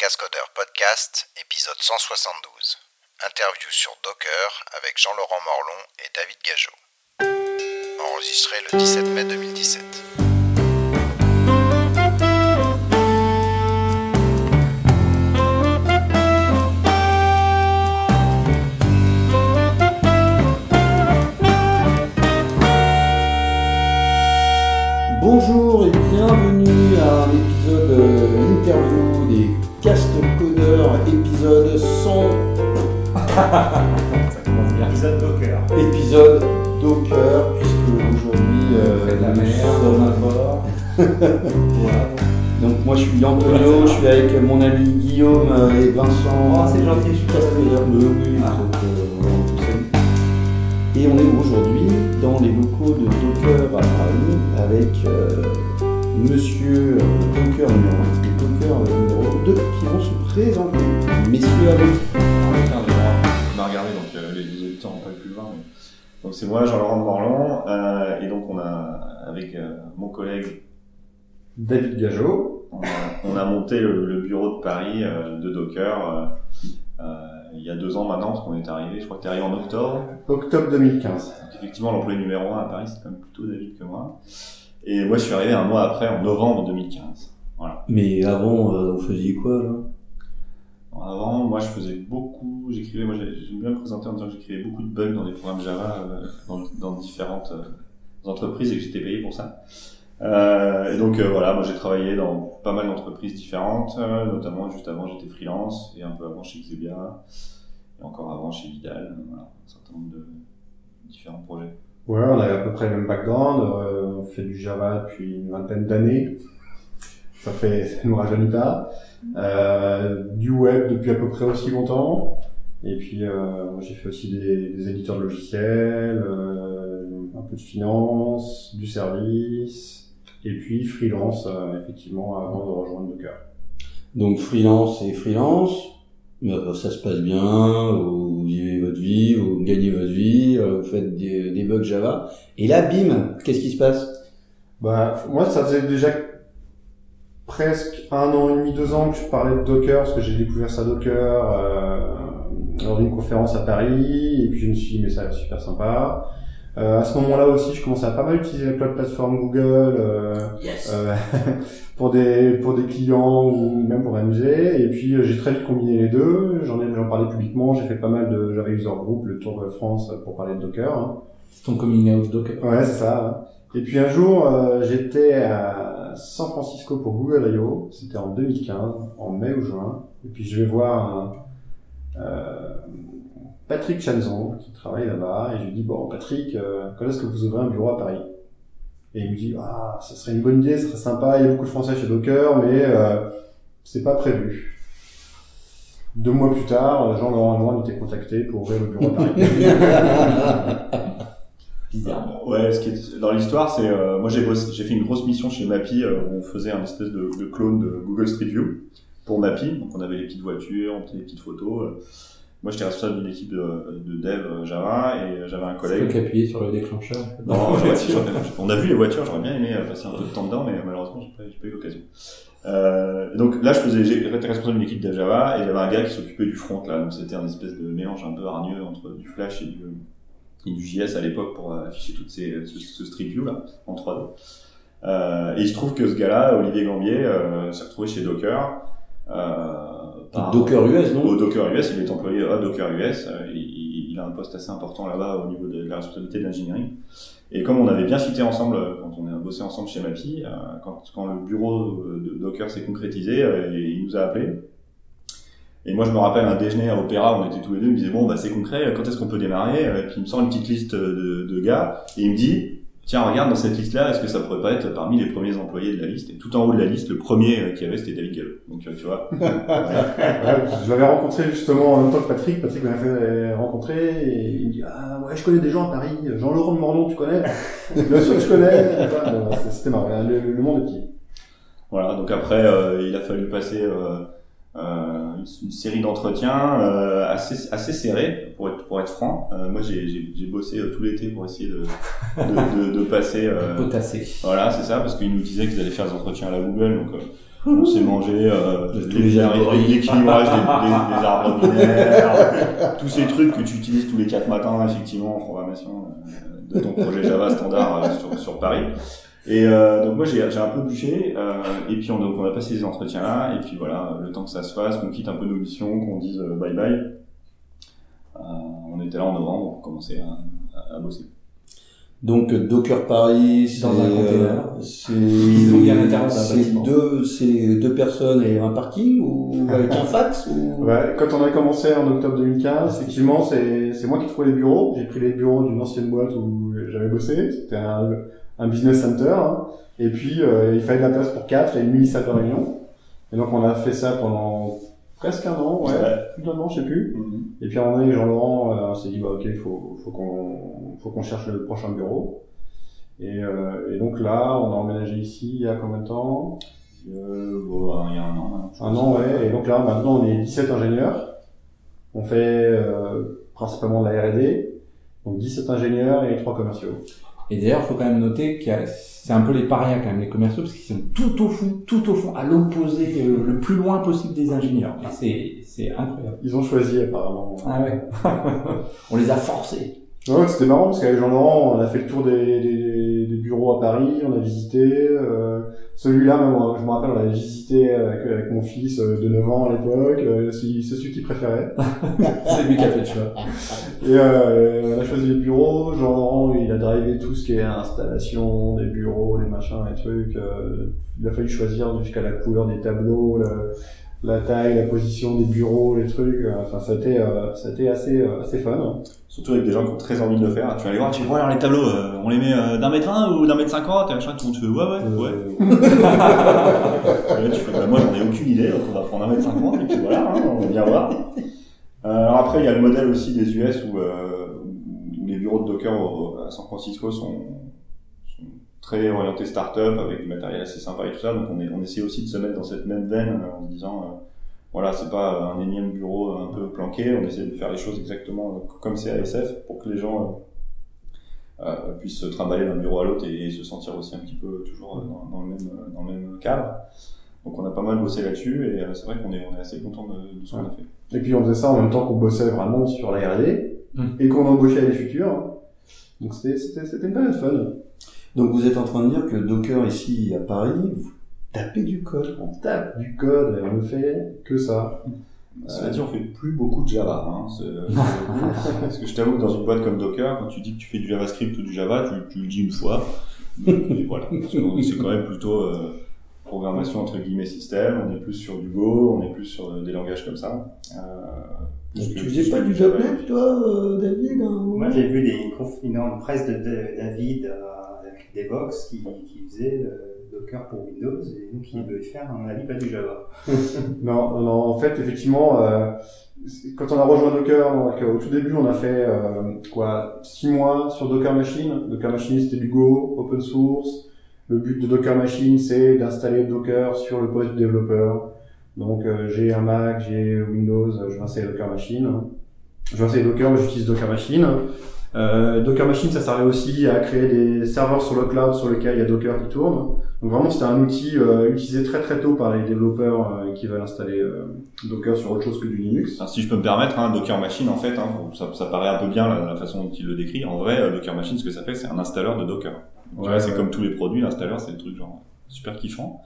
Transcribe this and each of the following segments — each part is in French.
Cascodeur Podcast, épisode 172. Interview sur Docker avec Jean-Laurent Morlon et David Gageot. Enregistré le 17 mai 2017. Bonjour et bienvenue à un épisode interview des Cascodeurs, épisode 100. Ça commence bien. Épisode Docker. Épisode Docker, puisque aujourd'hui la mer, sommes à bord. Voilà. Donc moi je suis Antonio, je suis avec mon ami Guillaume et Vincent. Oh, c'est gentil, je suis Cascodeur. Oui, on te salue. Et on est aujourd'hui dans les locaux de Docker à Paris avec Monsieur Docker numéro 1 et Docker numéro 2 qui vont se présenter. Messieurs, à vous. On m'a regardé, donc les auditeurs n'ont pas pu le voir. Mais... Donc c'est moi, Jean-Laurent Morlon, et donc on a, avec mon collègue David Gageot, on a monté le bureau de Paris de Docker il y a 2 ans maintenant, parce qu'on est arrivé, je crois que tu es arrivé en octobre. octobre 2015. Donc effectivement, l'employé numéro 1 à Paris, c'est quand même plutôt David que moi. Et moi, je suis arrivé un mois après, en novembre 2015. Voilà. Mais avant, vous faisiez quoi là? Avant, moi, je faisais beaucoup, j'écrivais, moi j'aime bien me présenter en disant que j'écrivais beaucoup de bugs dans des programmes Java dans différentes entreprises et que j'étais payé pour ça. Et donc voilà, moi j'ai travaillé dans pas mal d'entreprises différentes, notamment juste avant j'étais freelance et un peu avant chez Xebia et encore avant chez Vidal, voilà, un certain nombre de différents projets. Voilà, on avait à peu près le même background, on fait du Java depuis une vingtaine d'années, ça nous rajeunit pas, du web depuis à peu près aussi longtemps, et puis moi j'ai fait aussi des éditeurs de logiciels, un peu de finance, du service, et puis freelance effectivement avant de rejoindre Docker. Donc freelance et freelance, ça se passe bien, vous vivez votre vie, vous gagnez votre vie, vous faites des bugs Java, et là bim, qu'est-ce qui se passe? Bah moi ça faisait déjà presque 1 an et demi, 2 ans que je parlais de Docker, parce que j'ai découvert ça Docker lors d'une conférence à Paris, et puis je me suis dit mais ça a l'air super sympa. À ce moment-là aussi, je commençais à pas mal utiliser la plateforme Google pour des clients ou même pour m'amuser. Et puis j'ai très vite combiné les deux. J'en parlais publiquement. J'ai fait pas mal de Java User Group, le tour de France pour parler de Docker. Hein. C'est ton coming out Docker. Ouais, c'est ça. Et puis un jour, j'étais à San Francisco pour Google I.O. C'était en 2015, en mai ou juin. Et puis je vais voir Patrick Chanzon, qui travaille là-bas, et je lui dis, bon, Patrick, quand est-ce que vous ouvrez un bureau à Paris? Et il me dit, ça serait une bonne idée, ça serait sympa, il y a beaucoup de Français chez Docker, mais c'est pas prévu. 2 mois plus tard, Jean-Laurent et moi, on était contactés pour ouvrir le bureau à Paris. Bizarre. Ouais, ce qui est dans l'histoire, c'est moi j'ai fait une grosse mission chez Mappy où on faisait un espèce de clone de Google Street View pour Mappy. Donc on avait les petites voitures, on faisait des petites photos. Moi, j'étais responsable d'une équipe de dev Java et j'avais un collègue. Tu peux appuyer sur le déclencheur. Non, on a vu les voitures, j'aurais bien aimé passer un peu de temps dedans, mais malheureusement, j'ai pas eu l'occasion. Donc là, j'étais responsable d'une équipe dev Java et il y avait un gars qui s'occupait du front là, donc c'était un espèce de mélange un peu hargneux entre du Flash et du JS à l'époque pour afficher toutes ce Street View là en 3D. Et il se trouve que ce gars-là, Olivier Gambier, s'est retrouvé chez Docker. Docker US, non? Au Docker US, il est employé à Docker US. Il a un poste assez important là-bas au niveau de la responsabilité de l'engineering. Et comme on avait bien cité ensemble, quand on a bossé ensemble chez Mappy, quand le bureau de Docker s'est concrétisé, il nous a appelés. Et moi, je me rappelle un déjeuner à Opéra, on était tous les deux, il me disait, bon, c'est concret, quand est-ce qu'on peut démarrer? Et puis il me sort une petite liste de gars, et il me dit, tiens, regarde dans cette liste-là, est-ce que ça pourrait pas être parmi les premiers employés de la liste? Et tout en haut de la liste, le premier qu'il y avait, c'était David Gageot. Donc, tu vois. Je l'avais rencontré justement en même temps que Patrick. Patrick m'avait fait rencontrer et il me dit, ouais, je connais des gens à Paris. Jean-Laurent Morlon, tu connais? Bien sûr que je connais. Enfin, c'était marrant. Le monde est petit. Voilà. Donc après, il a fallu passer, une série d'entretiens assez serrés pour être franc. Moi j'ai bossé tout l'été pour essayer de passer potasser. Voilà, c'est ça, parce qu'ils nous disaient qu'ils allaient faire des entretiens à la Google, donc On s'est mangé tous les algorithmes. l'équilibrage des arbres binaires, tous ces trucs que tu utilises tous les 4 matins, effectivement, en programmation de ton projet Java standard sur Paris. Et donc moi j'ai un peu bûché, et puis on a passé ces entretiens-là, et puis voilà, le temps que ça se fasse, qu'on quitte un peu nos missions, qu'on dise bye bye. On était là en novembre, on commençait à bosser. Donc Docker Paris, Dans un container. c'est deux personnes et un parking ou avec un fax ou... Ouais, quand on a commencé en octobre 2015, effectivement, c'est moi qui trouvais les bureaux. J'ai pris les bureaux d'une ancienne boîte où j'avais bossé. C'était un business center. Hein. Et puis, il fallait de la place pour 4, il y avait une mini salle de réunion. Et donc, on a fait ça pendant presque un an, plus d'un an, je sais plus. Et puis, à un moment donné, Jean-Laurent s'est dit, ok, faut qu'on cherche le prochain bureau. Et donc là, on a emménagé ici il y a combien de temps? Il y a un an. Un an, ouais. Et donc là, maintenant, on est 17 ingénieurs. On fait principalement de la R&D. Donc 17 ingénieurs et 3 commerciaux. Et d'ailleurs, il faut quand même noter c'est un peu les parias quand même, les commerciaux, parce qu'ils sont tout au fond, à l'opposé, le plus loin possible des ingénieurs. Et c'est incroyable. Ils ont choisi apparemment. Ah ouais. On les a forcés. Ouais, c'était marrant parce qu'avec Jean-Laurent, on a fait le tour des bureaux à Paris, on a visité. Celui-là, même, je me rappelle, on l'avait visité avec mon fils de 9 ans à l'époque. C'est celui qu'il préférait. C'est lui qui a fait le choix. Et on a choisi les bureaux. Jean-Laurent, il a drivé tout ce qui est installation des bureaux, les machins, les trucs. Il a fallu choisir jusqu'à la couleur des tableaux, la taille, la position des bureaux, les trucs. Enfin, ça a été assez fun. Hein. Surtout avec des gens qui ont très envie de le faire. Tu vas aller voir, tu dis, alors les tableaux, on les met d'1m20 ou d'1m50, et machin, tout le monde fait, ouais. Et là, tu fais, moi, j'en ai aucune idée, donc on va prendre 1m50, et puis voilà, hein, on va bien voir. Alors après, il y a le modèle aussi des US où les bureaux de Docker à San Francisco sont très orientés start-up, avec du matériel assez sympa et tout ça, donc on essaie aussi de se mettre dans cette même veine, en se disant, voilà, c'est pas un énième bureau un peu planqué, on essaie de faire les choses exactement comme c'est ASF pour que les gens puissent se trimballer d'un bureau à l'autre et se sentir aussi un petit peu toujours dans le même cadre. Donc on a pas mal bossé là-dessus et c'est vrai qu'on est assez content de ce qu'on a fait. Et puis on faisait ça en même temps qu'on bossait vraiment sur la R&D et qu'on embauchait les futurs. Donc c'était une période fun. Donc vous êtes en train de dire que Docker ici à Paris, vous tapez du code. On tape du code et on ne fait que ça. Cela dit, on fait plus beaucoup de Java. Hein. Parce que je t'avoue que dans une boîte comme Docker, quand tu dis que tu fais du JavaScript ou du Java, tu le dis une fois. Et voilà. Parce que c'est quand même plutôt programmation entre guillemets système. On est plus sur du Go, on est plus sur des langages comme ça. Tu faisais pas du .NET, toi, David? Moi, j'ai vu une presse de David avec Devox qui faisait Docker pour Windows, et donc il devait faire, à mon avis, pas du Java. Non, en fait, effectivement, quand on a rejoint Docker, donc, au tout début, on a fait 6 mois sur Docker Machine. Docker Machine, c'était du Go, open source. Le but de Docker Machine, c'est d'installer Docker sur le poste du développeur. Donc, j'ai un Mac, j'ai Windows, je vais installer Docker Machine. Je vais installer Docker, mais j'utilise Docker Machine. Docker Machine, ça servait aussi à créer des serveurs sur le cloud sur lesquels il y a Docker qui tourne. Donc vraiment, c'était un outil utilisé très très tôt par les développeurs qui veulent installer Docker sur autre chose que du Linux. Alors, si je peux me permettre, Docker Machine, en fait, ça paraît un peu bien la façon dont il le décrit. En vrai, Docker Machine, ce que ça fait, c'est un installeur de Docker. Donc, ouais, c'est comme tous les produits, l'installeur, c'est le truc genre super kiffant.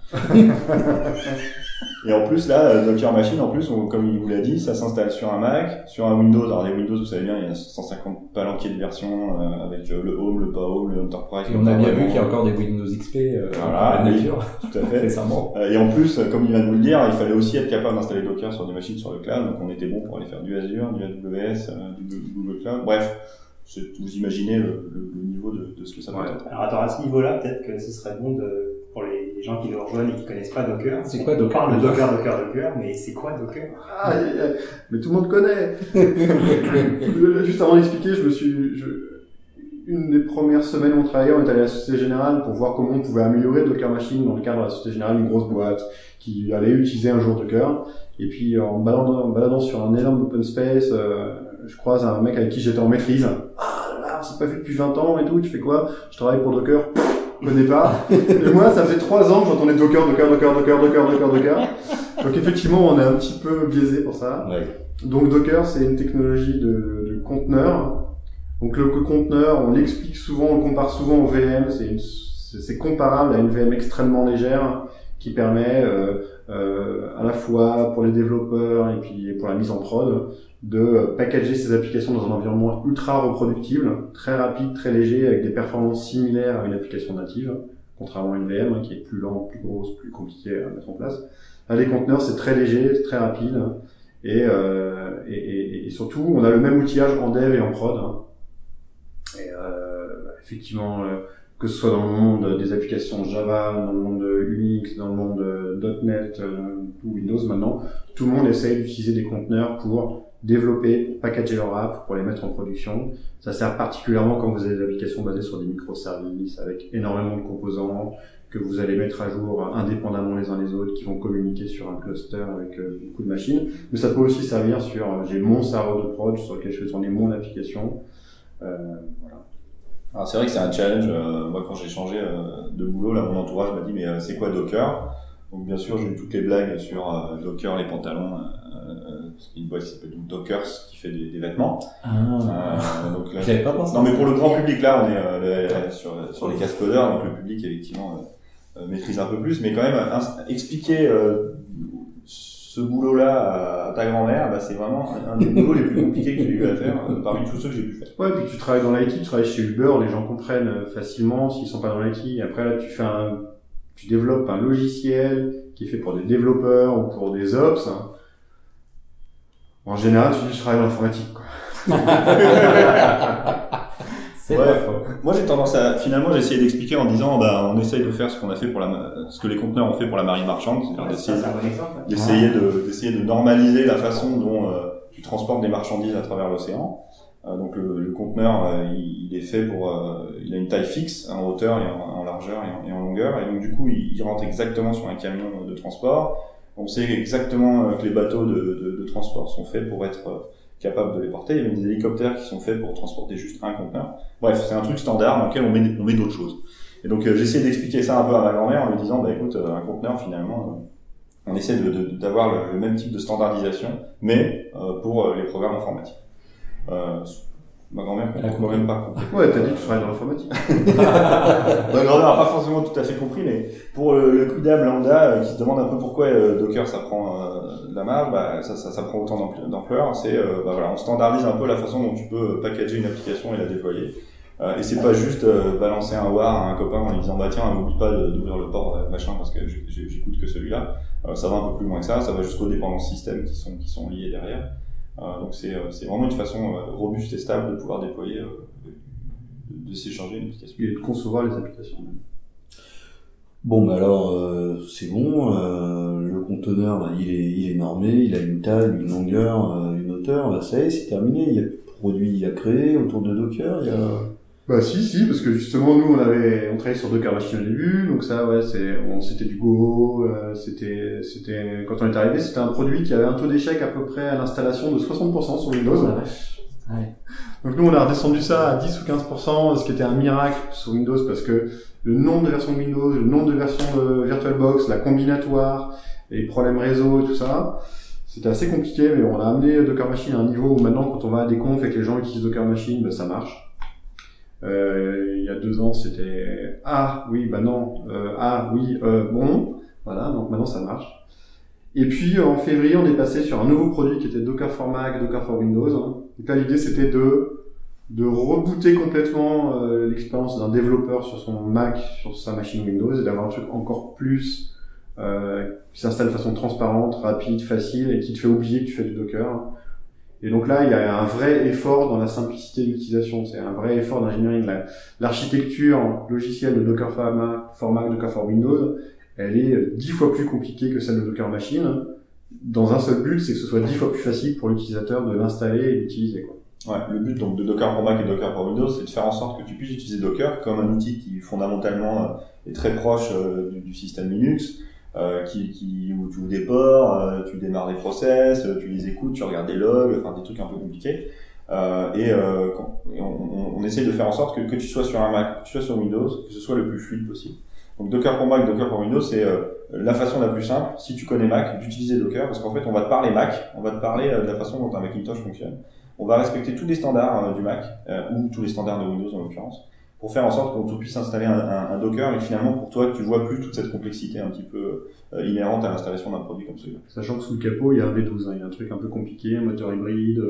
Et en plus, là, Docker Machine, en plus, comme il vous l'a dit, ça s'installe sur un Mac, sur un Windows. Alors, les Windows, vous savez bien, il y a 150 palanquiers de versions, avec le Home, le Pas Home, le Enterprise. Et on a bien vu qu'il y a encore des Windows XP, voilà, la nature. Tout à fait. Récemment. Et en plus, comme il vient de nous le dire, il fallait aussi être capable d'installer Docker sur des machines sur le cloud. Donc, on était bon pour aller faire du Azure, du AWS, du Google Cloud. Bref. Vous imaginez le niveau de ce que ça peut être. Alors attends, à ce niveau-là, peut-être que ce serait bon pour les gens qui nous rejoignent et qui connaissent pas Docker. C'est quoi Docker? On parle de Docker, mais c'est quoi Docker? Mais tout le monde connaît. Juste avant d'expliquer, une des premières semaines où on travaillait, on est allé à la Société Générale pour voir comment on pouvait améliorer Docker Machine dans le cadre de la Société Générale, une grosse boîte qui allait utiliser un jour Docker. Et puis en baladant sur un énorme open space, je croise un mec avec qui j'étais en maîtrise. Ah là là, on s'est pas vu depuis 20 ans et tout, tu fais quoi? Je travaille pour Docker. connais pas. Et moi, ça fait 3 ans que j'entendais Docker. Donc effectivement, on est un petit peu biaisé pour ça. Ouais. Donc Docker, c'est une technologie de conteneur. Donc le conteneur, on l'explique souvent, on le compare souvent au VM. C'est comparable à une VM extrêmement légère qui permet à la fois pour les développeurs et puis pour la mise en prod de packager ces applications dans un environnement ultra reproductible, très rapide, très léger, avec des performances similaires à une application native, contrairement à une VM qui est plus lente, plus grosse, plus compliquée à mettre en place. Là, les conteneurs, c'est très léger, c'est très rapide, et surtout, on a le même outillage en dev et en prod. Et effectivement, que ce soit dans le monde des applications Java, dans le monde Unix, dans le monde .NET ou Windows maintenant, tout le monde essaye d'utiliser des conteneurs pour développer, pour packager leur app, pour les mettre en production. Ça sert particulièrement quand vous avez des applications basées sur des microservices avec énormément de composants que vous allez mettre à jour indépendamment les uns les autres, qui vont communiquer sur un cluster avec beaucoup de machines. Mais ça peut aussi servir sur j'ai mon serveur de prod sur lequel je fais tourner mon application. Voilà. Alors c'est vrai que c'est un challenge. Moi, quand j'ai changé de boulot, là, mon entourage m'a dit mais c'est quoi Docker? Donc bien sûr, j'ai eu toutes les blagues sur Docker, les pantalons. C'est une boîte qui s'appelle Dockers qui fait des vêtements. Donc là, j'avais pas pensé. Non, mais pour le grand public, là, on est sur les cascodeurs, donc le public effectivement maîtrise un peu plus, mais quand même expliquer ce boulot-là à ta grand-mère, bah, c'est vraiment un des boulots les plus compliqués que j'ai eu à faire parmi tous ceux que j'ai pu faire. Ouais, puis tu travailles dans l'IT, tu travailles chez Uber, les gens comprennent facilement s'ils sont pas dans l'IT. Et après là, tu développes un logiciel qui est fait pour des développeurs ou pour des ops. En général, tu travailles dans l'informatique, quoi. C'est pas faux. Moi, j'ai tendance à, finalement, j'ai essayé d'expliquer en disant, bah, on essaye de faire ce qu'on a fait ce que les conteneurs ont fait pour la marine marchande, c'est-à-dire d'essayer de normaliser la façon dont tu transportes des marchandises à travers l'océan. Donc le conteneur, il est fait il a une taille fixe en hauteur et en largeur et en longueur, et donc du coup, il rentre exactement sur un camion de transport. On sait exactement que les bateaux de transport sont faits pour être capables de les porter. Il y a même des hélicoptères qui sont faits pour transporter juste un conteneur. Bref, c'est un truc standard dans lequel on met d'autres choses. Et donc j'ai essayé d'expliquer ça un peu à ma grand-mère en lui disant, bah écoute, un conteneur finalement, on essaie d'avoir le même type de standardisation, mais pour les programmes informatiques. Ma grand-mère comprend même pas compris. Ouais, t'as dit que tu travailles dans l'informatique. Ma grand-mère n'a pas forcément tout à fait compris, mais pour le quidam lambda qui se demande un peu pourquoi Docker ça prend de la marge, bah ça prend autant d'ampleur. C'est bah voilà, on standardise un peu la façon dont tu peux packager une application et la déployer. Et c'est pas juste balancer un war à un copain en lui disant bah tiens, n'oublie pas d'ouvrir le port machin parce que j'écoute que celui-là. Ça va un peu plus loin que ça va jusqu'aux dépendances système qui sont liées derrière. Donc c'est vraiment une façon robuste et stable de pouvoir déployer, de s'échanger une application. Et de concevoir les applications. Bon, bah alors, c'est bon, le conteneur, bah, il est normé, il a une taille, une longueur, une hauteur, bah, ça y est, c'est terminé, il y a produit à créer autour de Docker, il y a... Bah si, parce que justement nous on travaillait sur Docker Machine au début, donc ça ouais c'était du Go, c'était quand on est arrivé c'était un produit qui avait un taux d'échec à peu près à l'installation de 60% sur Windows. Ouais. Donc nous on a redescendu ça à 10 ou 15%, ce qui était un miracle sur Windows parce que le nombre de versions de Windows, le nombre de versions de VirtualBox, la combinatoire, les problèmes réseau et tout ça, c'était assez compliqué, mais on a amené Docker Machine à un niveau où maintenant quand on va à des confs et que les gens utilisent Docker Machine, bah, ça marche. Il y a 2 ans, c'était bon, voilà, donc maintenant ça marche. Et puis en février, on est passé sur un nouveau produit qui était Docker for Mac, Docker for Windows. Donc là, l'idée c'était de rebooter complètement l'expérience d'un développeur sur son Mac, sur sa machine Windows, et d'avoir un truc encore plus qui s'installe de façon transparente, rapide, facile, et qui te fait oublier que tu fais du Docker. Et donc là, il y a un vrai effort dans la simplicité d'utilisation. C'est un vrai effort d'engineering. L'architecture logicielle de Docker for Mac, Docker for Windows, elle est 10 fois plus compliquée que celle de Docker Machine. Dans un seul but, c'est que ce soit 10 fois plus facile pour l'utilisateur de l'installer et d'utiliser, quoi. Ouais, le but donc de Docker for Mac et Docker for Windows, c'est de faire en sorte que tu puisses utiliser Docker comme un outil qui fondamentalement est très proche du système Linux. Où tu ouvres des ports, tu démarres des process, tu les écoutes, tu regardes des logs, enfin des trucs un peu compliqués. on essaye de faire en sorte que tu sois sur un Mac, que tu sois sur Windows, que ce soit le plus fluide possible. Donc Docker pour Mac, Docker pour Windows, c'est la façon la plus simple, si tu connais Mac, d'utiliser Docker, parce qu'en fait on va te parler Mac, on va te parler de la façon dont un Macintosh fonctionne. On va respecter tous les standards du Mac, ou tous les standards de Windows en l'occurrence, pour faire en sorte qu'on puisse installer un Docker, et finalement pour toi tu vois plus toute cette complexité un petit peu inhérente à l'installation d'un produit comme celui-là. Sachant que sous le capot, il y a un V12, il y a un truc un peu compliqué, un moteur hybride,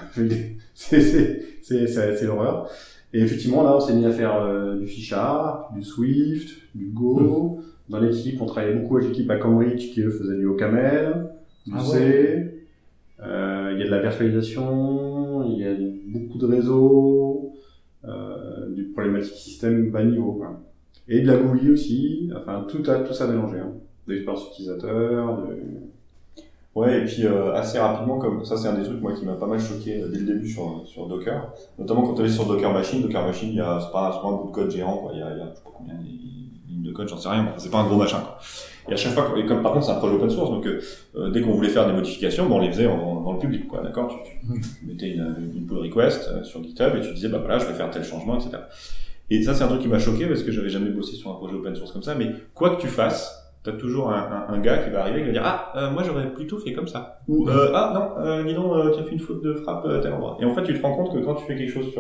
c'est l'horreur. Et effectivement, là, on s'est mis à faire du C#, du Swift, du Go. Dans l'équipe, on travaillait beaucoup avec l'équipe à Cambridge qui, eux, faisait du OCaml, du C. Il y a de la virtualisation, il y a beaucoup de réseaux, du problématique système bas niveau, quoi. Et de la GUI aussi, enfin, tout ça mélangé, hein. De l'expérience utilisateur, Ouais, et puis assez rapidement, comme ça c'est un des trucs moi qui m'a pas mal choqué dès le début sur Docker, notamment quand on est sur Docker Machine, c'est pas un bout de code géant, quoi. Il y a je sais pas combien de lignes de code, j'en sais rien, mais c'est pas un gros machin, quoi. Et à chaque fois, comme par contre c'est un projet open source, donc dès qu'on voulait faire des modifications, on les faisait dans le public, quoi, d'accord. Tu mettais une pull request sur GitHub et tu disais bah voilà je vais faire tel changement, etc. Et ça c'est un truc qui m'a choqué parce que j'avais jamais bossé sur un projet open source comme ça, mais quoi que tu fasses, t'as toujours un gars qui va arriver qui va dire moi j'aurais plutôt fait comme ça, ou dis donc tu as fait une faute de frappe tel endroit. Et en fait tu te rends compte que quand tu fais quelque chose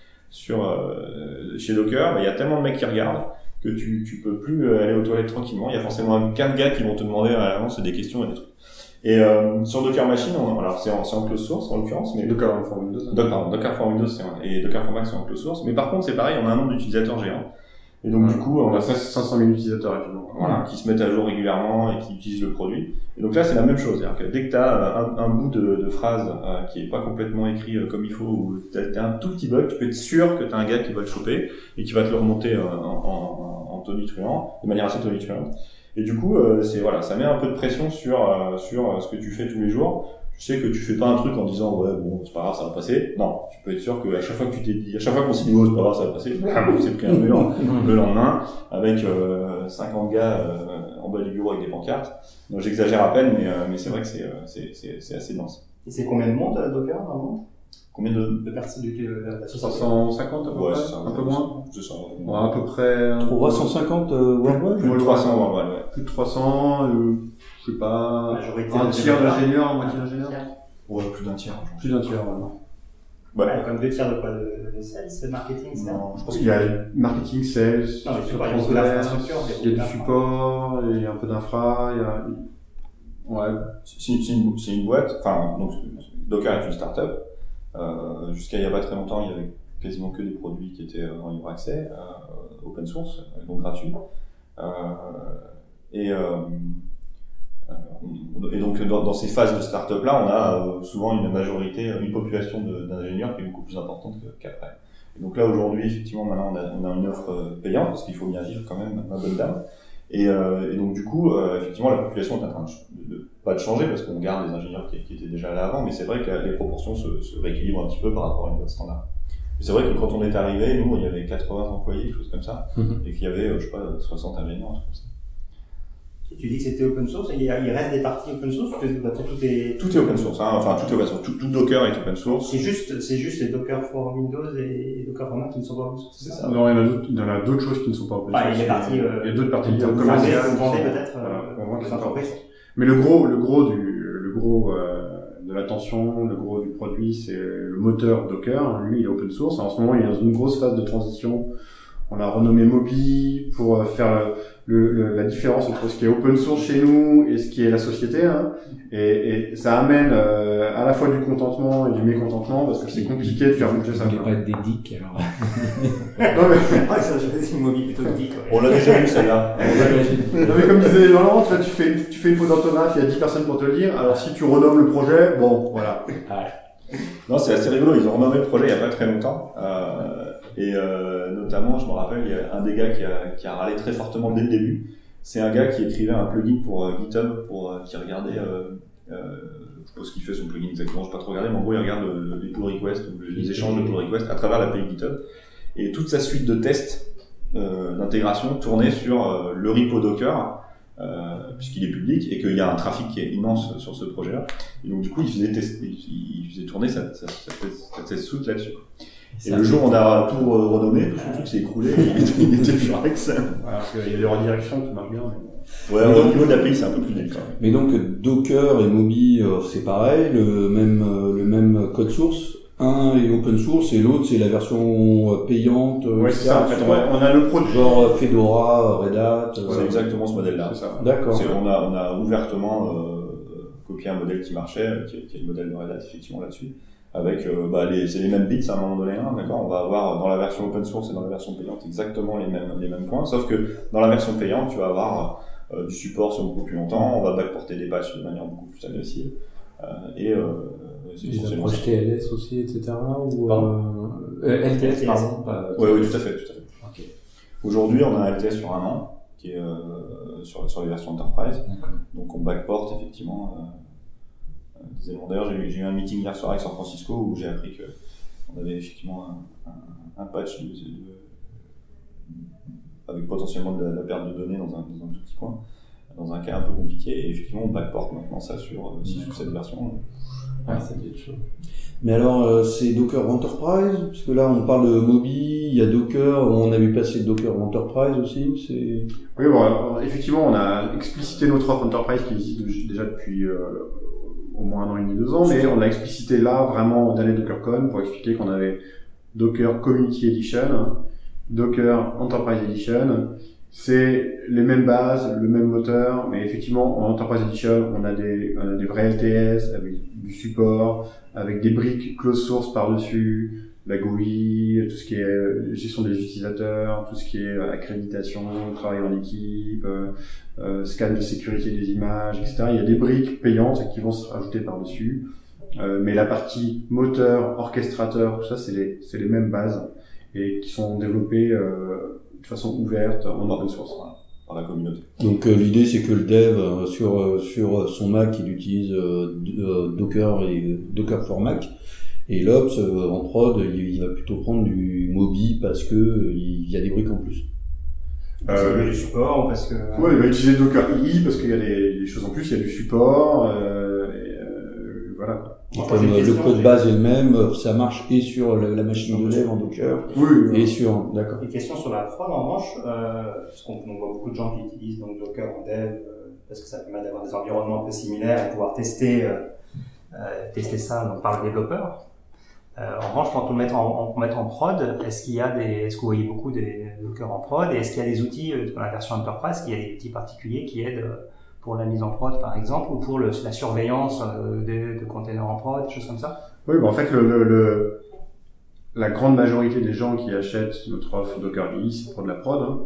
chez Docker, il y a tellement de mecs qui regardent que tu peux plus aller aux toilettes tranquillement. Il y a forcément 15 gars qui vont te demander à l'avance des questions et des trucs. Et sur Docker Machine, alors c'est en closed source en l'occurrence, mais Docker for Windows. Docker for Windows et Docker for Mac c'est en closed source. Mais par contre c'est pareil, on a un nombre d'utilisateurs géant. Et donc du coup, on a 500 000 utilisateurs actuellement. Voilà, qui se mettent à jour régulièrement et qui utilisent le produit. Et donc là, c'est la même chose. C'est-à-dire que dès que tu as un bout de phrase qui est pas complètement écrit comme il faut, ou t'as un tout petit bug, tu peux être sûr que t'as un gars qui va le choper et qui va te le remonter en tonitruant, de manière assez tonitruante. Et du coup, ça met un peu de pression sur ce que tu fais tous les jours. Tu sais que tu fais pas un truc en disant ouais bon c'est pas grave ça va passer. Non, tu peux être sûr que à chaque fois qu'on s'est dit oh c'est pas grave ça va passer, on s'est pris un mur le lendemain avec 50 gars en bas du bureau avec des pancartes. Donc j'exagère à peine mais c'est vrai que c'est assez dense. Et c'est combien de monde Docker vraiment? Combien de personnes de la société? 350 à peu près, c'est un peu moins. C'est ça. Ouais, à peu près. On voit 150 worldwide. Plus de 300 worldwide, ouais. Plus de 300, je sais pas, un tiers d'ingénieurs, moitié d'ingénieurs. Ouais, plus d'un tiers. Plus d'un tiers, vraiment. Ouais, il y a comme 2 tiers de quoi de sales, marketing, ça? Non, je pense qu'il y a marketing, sales, non, il y a beaucoup d'infrastructure, il y a du support, il y a un peu d'infra, ouais. C'est une boîte, enfin, donc, Docker est une start-up. Jusqu'à il y a pas très longtemps, il y avait quasiment que des produits qui étaient en libre accès, open source, donc gratuits. Et donc dans ces phases de start-up là, on a souvent une population d'ingénieurs qui est beaucoup plus importante qu'après. Et donc là aujourd'hui, effectivement, maintenant on a une offre payante parce qu'il faut bien vivre quand même, ma bonne dame. Et donc du coup, effectivement, la population est en train pas de changer parce qu'on garde les ingénieurs qui étaient déjà là avant, mais c'est vrai que les proportions se rééquilibrent un petit peu par rapport à une boîte standard. Mais c'est vrai que quand on est arrivé, nous, il y avait 80 employés, quelque chose comme ça, et qu'il y avait, je sais pas, 60 ingénieurs, un truc comme ça. Et tu dis que c'était open source, et il reste des parties open source, tout est open source, hein. Enfin tout est open source, tout Docker est open source. C'est juste les Docker for Windows et Docker for Mac qui ne sont pas open source, c'est ça? Non, il y en a d'autres choses qui ne sont pas open source. Il y a d'autres parties commerciales. Vous vendez peut-être aux entreprises. Mais le gros de l'attention, le gros du produit, c'est le moteur Docker. Lui, il est open source. En ce moment, il est dans une grosse phase de transition. On l'a renommé Moby pour faire la différence entre ce qui est open source chez nous et ce qui est la société, hein. Et ça amène à la fois du contentement et du mécontentement parce que c'est compliqué de faire bouger ça. Il n'y a pas des dicks alors. Non mais ça je choisis Moby plutôt que Dick. On l'a déjà vu celle-là. Non mais comme disait Laurent, tu fais une faute d'orthographe, il y a 10 personnes pour te le lire. Alors si tu renommes le projet, bon voilà. Non, c'est assez rigolo, ils ont renommé le projet il y a pas très longtemps. Notamment, je me rappelle, il y a un des gars qui a râlé très fortement dès le début. C'est un gars qui écrivait un plugin pour GitHub, qui regardait, je sais pas ce qu'il fait son plugin exactement, je n'ai pas trop regardé, mais en gros il regarde les pull requests, les échanges de pull requests à travers l'API GitHub. Et toute sa suite de tests d'intégration tournait sur le repo Docker puisqu'il est public et qu'il y a un trafic qui est immense sur ce projet-là. Et donc du coup, il faisait tourner sa test suite là-dessus. Et le jour où on a tout renommé, tout ce truc s'est écroulé, il était plus avec ça. Parce qu'il y a des redirections qui marchent bien. Ouais, au niveau de l'API, c'est un peu plus délicat. Mais donc Docker et Moby, c'est pareil, le même code source. Un est open source et l'autre c'est la version payante. Ouais, c'est ça. En fait, on a le produit. Genre Fedora, Red Hat. C'est exactement ce modèle-là. C'est ça. D'accord. On a ouvertement copié un modèle qui marchait, qui est le modèle de Red Hat effectivement là-dessus. Avec c'est les mêmes bits à un moment donné, hein, d'accord. On va avoir dans la version open source et dans la version payante exactement les mêmes points, sauf que dans la version payante, tu vas avoir du support sur beaucoup plus longtemps. On va backporter des patchs de manière beaucoup plus agressive c'est des approches TLS aussi, etc. Ou LTS, pardon. Oui, tout à fait. Okay. Aujourd'hui, on a un LTS sur 1 an qui est sur les versions Enterprise. D'accord. Donc on backporte effectivement des éléments. D'ailleurs, j'ai eu un meeting hier soir avec San Francisco où j'ai appris qu'on avait effectivement un patch avec potentiellement de la perte de données dans un tout petit coin, dans un cas un peu compliqué. Et effectivement, on backporte maintenant ça sur 6 ou 7 versions. Ouais, ça doit être chaud. Mais alors, c'est Docker Enterprise, parce que là, on parle de Moby, il y a Docker, on a vu passer Docker Enterprise aussi, c'est... Oui, bon, effectivement, on a explicité notre offre Enterprise qui existe déjà depuis au moins 1 an et demi, 2 ans, mais on l'a explicité là, vraiment, dans les DockerCon, pour expliquer qu'on avait Docker Community Edition, Docker Enterprise Edition. C'est les mêmes bases, le même moteur, mais effectivement, en Enterprise Edition, on a des vrais LTS avec du support, avec des briques closed source par-dessus, la GUI, tout ce qui est gestion des utilisateurs, tout ce qui est accréditation, travail en équipe, scan de sécurité des images, etc. Il y a des briques payantes qui vont se rajouter par-dessus. Mais la partie moteur, orchestrateur, tout ça, c'est les mêmes bases et qui sont développées de façon ouverte en open source. Par la communauté. Donc l'idée c'est que le dev sur son Mac il utilise Docker et Docker for Mac et l'Ops en prod il va plutôt prendre du Moby parce que il y a des briques en plus. Parce qu'il y a du support ou parce que... Ouais, il va utiliser Docker II parce qu'il y a des choses en plus, il y a du support, voilà. Et comme le code base est le même, ça marche et sur la machine de dev en Docker et sur... D'accord. Une question sur la prod en revanche, parce qu'on voit beaucoup de gens qui utilisent donc Docker en dev parce que ça permet d'avoir des environnements un peu similaires et pouvoir tester ça donc, par le développeur. En revanche, quand on met en prod, est-ce que vous voyez beaucoup des Docker en prod et est-ce qu'il y a des outils dans la version Enterprise, qu'il y a des outils particuliers qui aident pour la mise en prod par exemple ou pour la surveillance de containers en prod, des choses comme ça? Oui, en fait la grande majorité des gens qui achètent notre offre Docker II, c'est pour de la prod.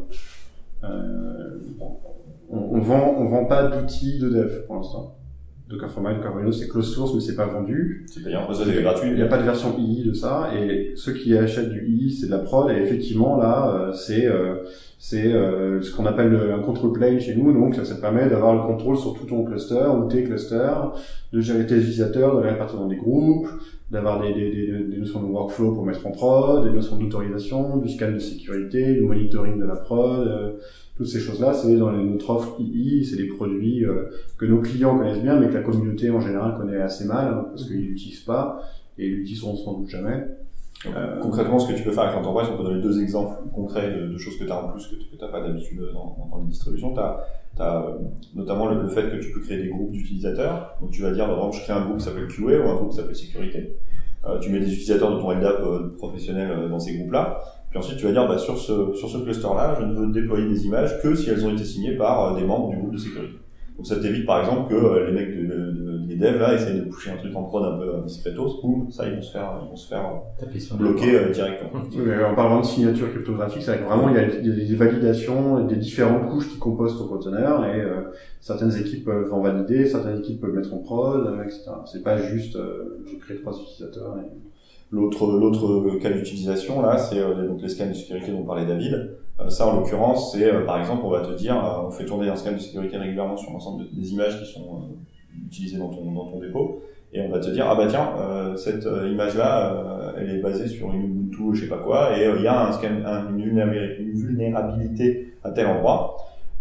On vend pas d'outils de dev pour l'instant. Docker for Mac, Docker for Windows, c'est closed source mais c'est pas vendu. C'est payant, ça c'est gratuit. Il n'y a pas de version II de ça et ceux qui achètent du II, c'est de la prod et effectivement là c'est ce qu'on appelle un control plane chez nous, donc ça te permet d'avoir le contrôle sur tout ton cluster ou tes clusters, de gérer tes utilisateurs, de les répartir dans des groupes, d'avoir des notions de workflow pour mettre en prod, des notions d'autorisation, du scan de sécurité, du monitoring de la prod, toutes ces choses-là, c'est dans notre offre II, c'est des produits que nos clients connaissent bien, mais que la communauté en général connaît assez mal, parce qu'ils l'utilisent pas, et ils l'utiliseront sans doute jamais. Concrètement, ce que tu peux faire avec l'entreprise, on peut donner 2 exemples concrets de choses que tu as en plus que tu n'as pas d'habitude dans les distributions. Tu as notamment le fait que tu peux créer des groupes d'utilisateurs. Donc tu vas dire, par exemple, je crée un groupe qui s'appelle QA ou un groupe qui s'appelle sécurité. Tu mets des utilisateurs de ton LDAP professionnel dans ces groupes-là. Puis ensuite, tu vas dire, sur ce cluster-là, je ne veux déployer des images que si elles ont été signées par des membres du groupe de sécurité. Donc ça t'évite par exemple que les mecs les devs là essayent de pousser un truc en prod un peu discretos, boum, ça ils vont se faire bloquer directement. Mais en parlant de signature cryptographique, c'est vrai que vraiment il y a des validations, des différentes couches qui composent ton conteneur et certaines équipes peuvent en valider, certaines équipes peuvent mettre en prod, etc. C'est pas juste je crée 3 utilisateurs. L'autre cas d'utilisation là, c'est donc les scans de sécurité dont parlait David. Ça, en l'occurrence, c'est par exemple, on va te dire, on fait tourner un scan de sécurité régulièrement sur l'ensemble des images qui sont utilisées dans ton dépôt, et on va te dire, cette image-là, elle est basée sur une Ubuntu, je sais pas quoi, et il y a une vulnérabilité à tel endroit.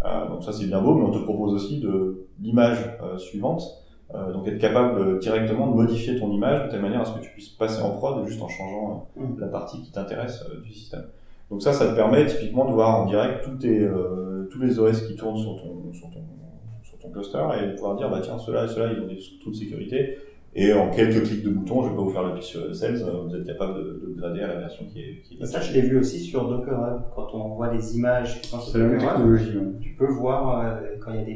Donc ça c'est bien beau, mais on te propose aussi l'image suivante. Donc être capable directement de modifier ton image de telle manière à ce que tu puisses passer en prod juste en changeant la partie qui t'intéresse du système. Donc ça te permet typiquement de voir en direct tous les OS qui tournent sur ton cluster et de pouvoir dire bah tiens ceux-là ils ont des sous-taux de sécurité et en quelques clics de bouton, je vais pas vous faire le pitch sales, vous êtes capable de grader à la version qui est et ça je l'ai vu aussi sur Docker Hub quand on voit des images qui sont sur C'est la même Docker Hub, technologie. tu peux voir quand il y a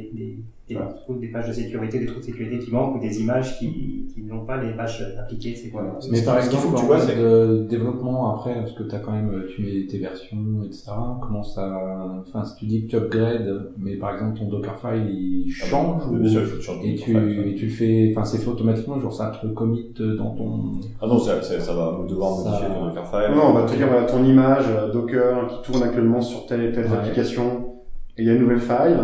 des pages de sécurité, des trous de sécurité qui manquent ou des images qui n'ont pas les pages appliquées. C'est quoi? Mais par exemple, tu en vois, fait de développement après, parce que t'as quand même, tu mets tes versions, etc. Comment ça, enfin, si tu dis que tu upgrades, mais par exemple ton Dockerfile il change bien sûr, il faut que tu changes et tu le fais, enfin, c'est fait automatiquement, genre ça te le commit dans ton. Ah non, ça va devoir modifier ton Dockerfile. Non, on va te dire voilà, ton image Docker qui tourne actuellement sur telle et telle application. Et il y a une nouvelle faille.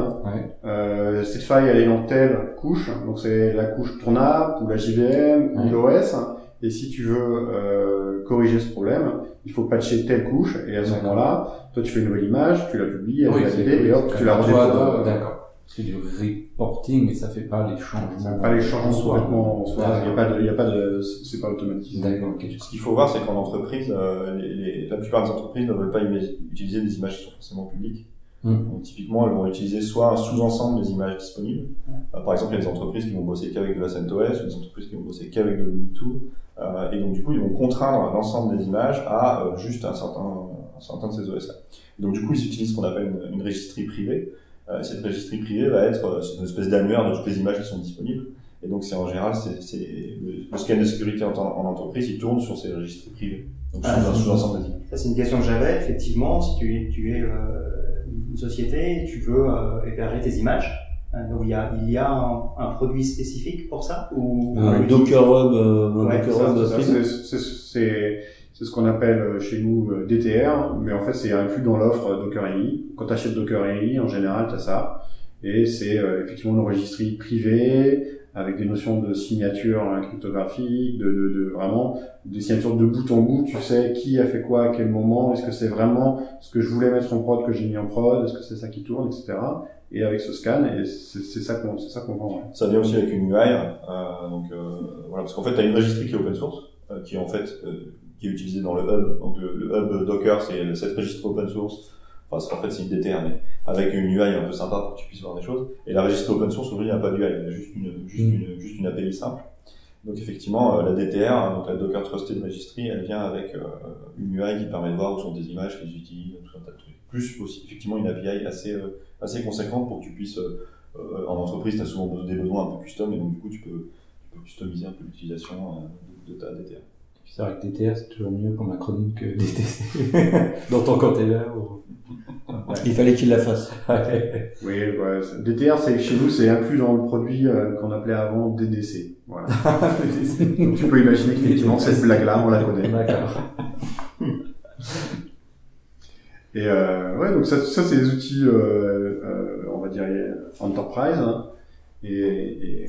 Cette faille, elle est dans telle couche. Donc, c'est la couche ton app, ou la JVM, ou l'OS. Et si tu veux corriger ce problème, il faut patcher telle couche. Et à ce moment-là, toi, tu fais une nouvelle image, tu la publies, elle est validée, et hop, tu la redéploies. D'accord. C'est du reporting, mais ça fait pas les changements. Pas les changements complètement en soi. Il y a pas de, c'est pas automatisé. D'accord, ok. Ce qu'il faut voir, c'est qu'en entreprise, la plupart des entreprises ne veulent pas utiliser des images qui sont forcément publiques. Donc, typiquement, elles vont utiliser soit un sous-ensemble des images disponibles. Par exemple, il y a des entreprises qui vont bosser qu'avec de la CentOS, ou des entreprises qui vont bosser qu'avec de l'Ubuntu. Et donc, du coup, ils vont contraindre l'ensemble des images à juste un certain de ces OS-là. Donc, du coup, ils utilisent ce qu'on appelle une registrie privée. Cette registrie privée va être une espèce d'annuaire de toutes les images qui sont disponibles. Et donc, c'est en général, le scan de sécurité en entreprise, il tourne sur ces registries privées. Donc, sous l'ensemble des images. Ça, c'est une question que j'avais. Effectivement, si tu es une société, tu veux héberger tes images. Donc il y a un produit spécifique pour ça ou Docker Hub, c'est ce qu'on appelle chez nous DTR, mais en fait c'est inclus dans l'offre Docker AI. Quand tu achètes Docker AI, en général tu as ça, et c'est effectivement une registrie privée avec des notions de signature cryptographique, de vraiment des signatures de bout en bout. Tu sais qui a fait quoi à quel moment, est-ce que c'est vraiment ce que je voulais mettre en prod que j'ai mis en prod, est-ce que c'est ça qui tourne, etc. Et avec ce scan, et c'est ça qu'on vend. Ouais. Ça vient aussi avec une UI, voilà, parce qu'en fait, tu as une registrie qui est open source, qui est en fait qui est utilisée dans le hub. Donc le hub Docker, c'est cette registrie open source. Enfin, en fait, c'est une DTR, mais avec une UI un peu sympa pour que tu puisses voir des choses. Et la registrie open source, aujourd'hui, il n'y a pas d'UI, il y a juste une API simple. Donc effectivement, la DTR, donc la Docker Trusted Registry, elle vient avec une UI qui permet de voir où sont tes images, qu'ils utilisent, tout un tas de trucs. Plus aussi, effectivement, une API assez conséquente pour que tu puisses, en entreprise, tu as souvent des besoins un peu custom, et donc du coup, tu peux customiser un peu l'utilisation de ta DTR. C'est vrai que DTR, c'est toujours mieux comme acronyme que DTC. Dans ton container ou... Ouais. Il fallait qu'il la fasse. Oui, ouais. DTR, chez nous, c'est inclus dans le produit qu'on appelait avant DDC. Voilà. Donc, tu peux imaginer qu'effectivement, cette blague-là, on la connaît. D'accord. Et ouais, donc ça c'est les outils, on va dire enterprise. Hein. Et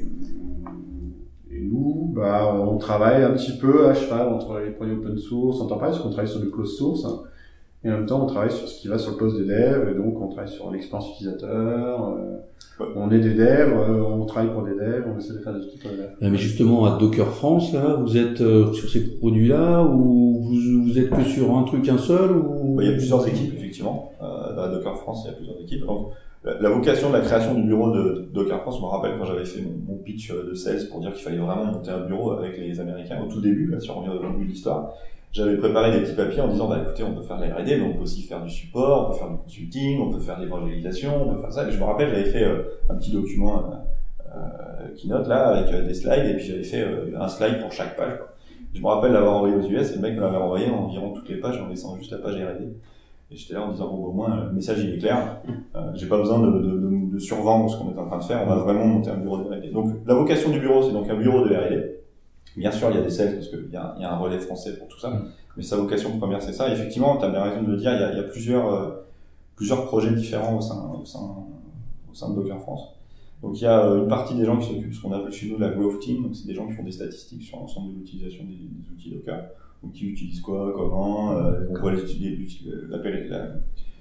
nous, on travaille un petit peu à cheval entre les produits open source, enterprise, parce qu'on travaille sur du closed source. Hein. Et en même temps, on travaille sur ce qui va sur le poste des devs, et donc on travaille sur l'expérience utilisateur, on est des devs, on travaille pour des devs, on essaie de faire des outils pour les devs. Mais justement, à Docker France, là, vous êtes sur ces produits-là, ou vous êtes que sur un seul, ou... Il y a plusieurs équipes, effectivement. À Docker France, il y a plusieurs équipes. Donc, la vocation de la création du bureau de Docker France, je me rappelle quand j'avais fait mon pitch de sales pour dire qu'il fallait vraiment monter un bureau avec les Américains au tout début, là, si on revient au début de l'histoire. J'avais préparé des petits papiers en disant, écoutez, on peut faire de la R&D, mais on peut aussi faire du support, on peut faire du consulting, on peut faire de l'évangélisation, on peut faire ça. Et je me rappelle, j'avais fait un petit document keynote là, avec des slides, et puis j'avais fait un slide pour chaque page, quoi. Je me rappelle l'avoir envoyé aux US, et le mec me l'avait envoyé environ toutes les pages, en laissant juste la page R&D. Et j'étais là en disant, au moins, le message il est clair, j'ai pas besoin de survendre ce qu'on est en train de faire, on va vraiment monter un bureau de R&D. Donc, la vocation du bureau, c'est donc un bureau de R&D. Bien sûr, il y a des sales, parce qu'il y a un relais français pour tout ça, mais sa vocation première, c'est ça. Et effectivement, tu as bien raison de le dire, il y a plusieurs projets différents au sein de Docker France. Donc, il y a une partie des gens qui s'occupent de ce qu'on appelle chez nous la Growth Team, donc c'est des gens qui font des statistiques sur l'ensemble de l'utilisation des outils Docker. Donc, qui utilisent quoi, comment, on voit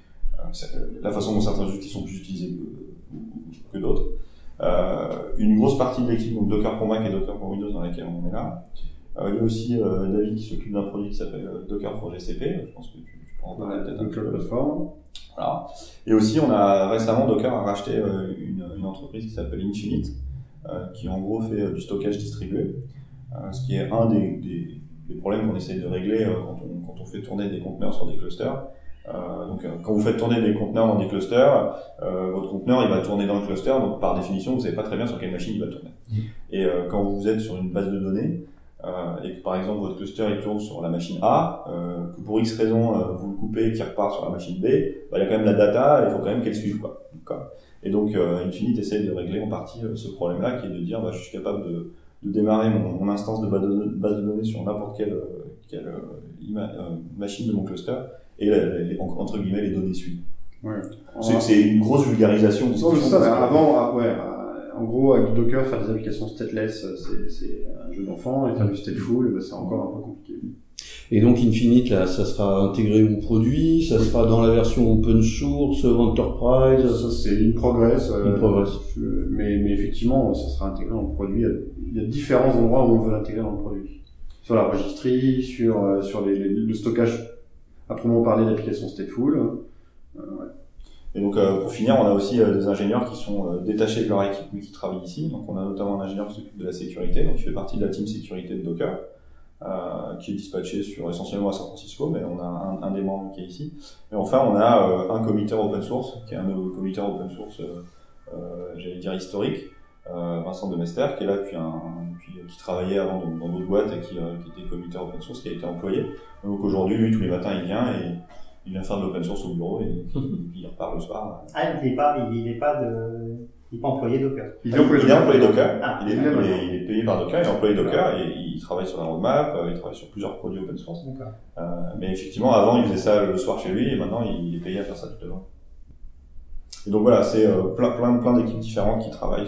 la façon dont certains outils sont plus utilisés que d'autres. Une grosse partie de l'équipe, donc Docker pour Mac et Docker pour Windows dans laquelle on est là. Il y a aussi David qui s'occupe d'un produit qui s'appelle Docker pour GCP. Je pense que tu pourras en parler peut-être un peu. Plateforme. Voilà. Et aussi, récémment, Docker a racheté une entreprise qui s'appelle Infinite, qui en gros fait du stockage distribué, ce qui est un des problèmes qu'on essaye de régler quand on fait tourner des conteneurs sur des clusters. Quand vous faites tourner des conteneurs dans des clusters, votre conteneur il va tourner dans le cluster, donc par définition vous savez pas très bien sur quelle machine il va tourner. Et quand vous êtes sur une base de données et que par exemple votre cluster il tourne sur la machine A, que pour X raison vous le coupez et qu'il repart sur la machine B, il y a quand même la data, il faut quand même qu'elle suive quoi. Et donc Infinite essaie de régler en partie ce problème-là, qui est de dire je suis capable de démarrer mon instance de base de données sur n'importe quelle machine de mon cluster et entre guillemets les données suivent. Ouais. C'est une grosse vulgarisation. En gros, avec du Docker, faire des applications stateless, c'est un jeu d'enfant, et faire du stateful, c'est encore un peu compliqué. Et donc Infinite, là, ça sera intégré au produit, ça sera dans la version open source, enterprise. Ça c'est une progress. Mais effectivement, ça sera intégré dans le produit. Il y a différents endroits où on veut l'intégrer dans le produit. Sur la registry, sur le stockage, à proprement parler d'applications stateful. Ouais. Et donc pour finir, on a aussi des ingénieurs qui sont détachés de leur équipe mais qui travaillent ici. Donc on a notamment un ingénieur qui s'occupe de la sécurité, donc il fait partie de la team sécurité de Docker, qui est dispatché essentiellement à San Francisco, mais on a un des membres qui est ici. Et enfin on a un committer open source, qui est un committer open source, j'allais dire historique, Vincent Demester, qui est là depuis qui travaillait avant dans d'autres boîtes et qui était committer open source, qui a été employé. Donc aujourd'hui, lui, tous les matins, il vient et il vient faire de l'open source au bureau et il repart le soir. Il est pas employé Docker. Il est employé Docker. Il est payé par Docker, il est employé Docker et il travaille sur la roadmap, il travaille sur plusieurs produits open source. Mais effectivement, avant, il faisait ça le soir chez lui et maintenant, il est payé à faire ça toute la journée. Et donc voilà, c'est plein d'équipes différentes qui travaillent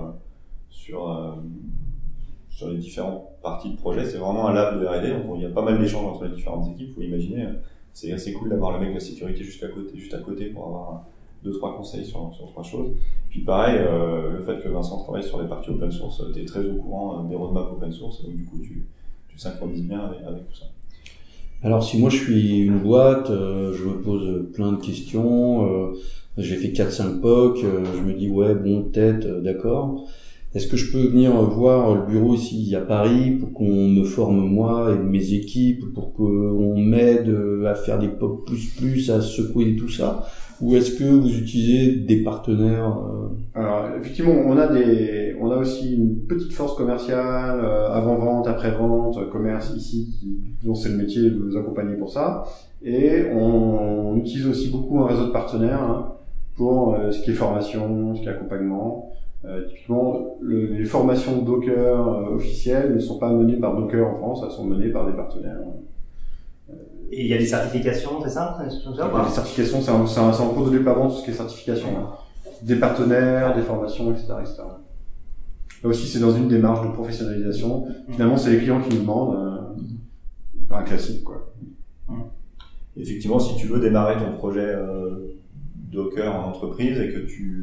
sur les différentes parties de projet. C'est vraiment un lab de R&D, donc il y a pas mal d'échanges entre les différentes équipes. Vous imaginez, c'est assez cool d'avoir le mec de la sécurité juste à côté pour avoir 2-3 conseils sur 3 choses. Puis pareil, le fait que Vincent travaille sur les parties open source, tu es très au courant des roadmaps open source, donc du coup tu synchronises bien avec tout ça. Alors si moi je suis une boîte, je me pose plein de questions, j'ai fait 4-5 POC, je me dis peut-être, d'accord. Est-ce que je peux venir voir le bureau ici à Paris pour qu'on me forme moi et mes équipes, pour qu'on m'aide à faire des POC++, à secouer tout ça? Ou est-ce que vous utilisez des partenaires? Alors effectivement, on a aussi une petite force commerciale, avant-vente, après-vente, commerce ici, dont c'est le métier de vous accompagner pour ça. Et on utilise aussi beaucoup un réseau de partenaires pour ce qui est formation, ce qui est accompagnement. Typiquement, les formations Docker officielles ne sont pas menées par Docker en France, elles sont menées par des partenaires. Et il y a des certifications, c'est ça? Les certifications, c'est en cours de déploiement, tout ce qui est certification. Des partenaires, des formations, etc. Là aussi, c'est dans une démarche de professionnalisation. Finalement, c'est les clients qui nous demandent, un classique, quoi. Effectivement, si tu veux démarrer ton projet Docker en entreprise et que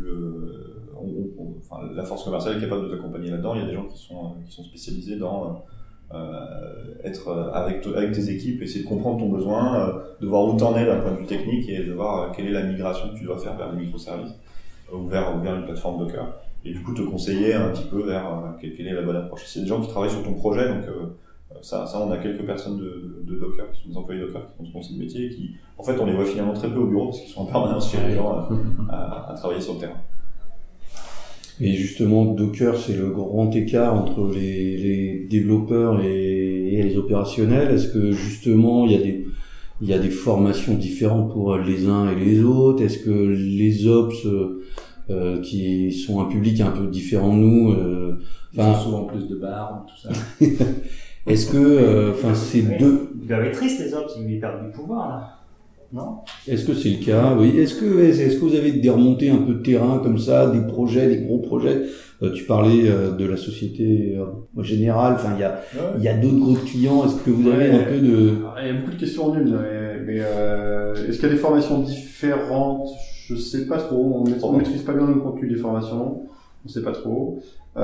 la force commerciale est capable de t'accompagner là-dedans, il y a des gens qui sont spécialisés dans être avec tes équipes, essayer de comprendre ton besoin, de voir où t'en es d'un point de vue technique et de voir quelle est la migration que tu dois faire vers les microservices ou vers une plateforme Docker. Et du coup te conseiller un petit peu vers quelle est la bonne approche. C'est des gens qui travaillent sur ton projet, donc ça on a quelques personnes de Docker qui sont des employés Docker qui font ce métier et qui, en fait, on les voit finalement très peu au bureau parce qu'ils sont en permanence chez les gens à travailler sur le terrain. Et justement, Docker, c'est le grand écart entre les développeurs et les opérationnels. Est-ce que justement, il y a des formations différentes pour les uns et les autres? Est-ce que les ops qui sont un public un peu différent de nous, ils ont souvent plus de barres, tout ça. Est-ce que, c'est deux. Ils doivent être tristes les ops, ils perdent du pouvoir là. Non? Est-ce que c'est le cas? Oui. Est-ce que vous avez des remontées un peu de terrain comme ça, des gros projets? Tu parlais de la société générale. Enfin, il y a d'autres gros clients. Est-ce que vous avez un peu de... Il y a beaucoup de questions en une. mais est-ce qu'il y a des formations différentes? Je sais pas trop. On maîtrise pas bien le contenu des formations. On sait pas trop.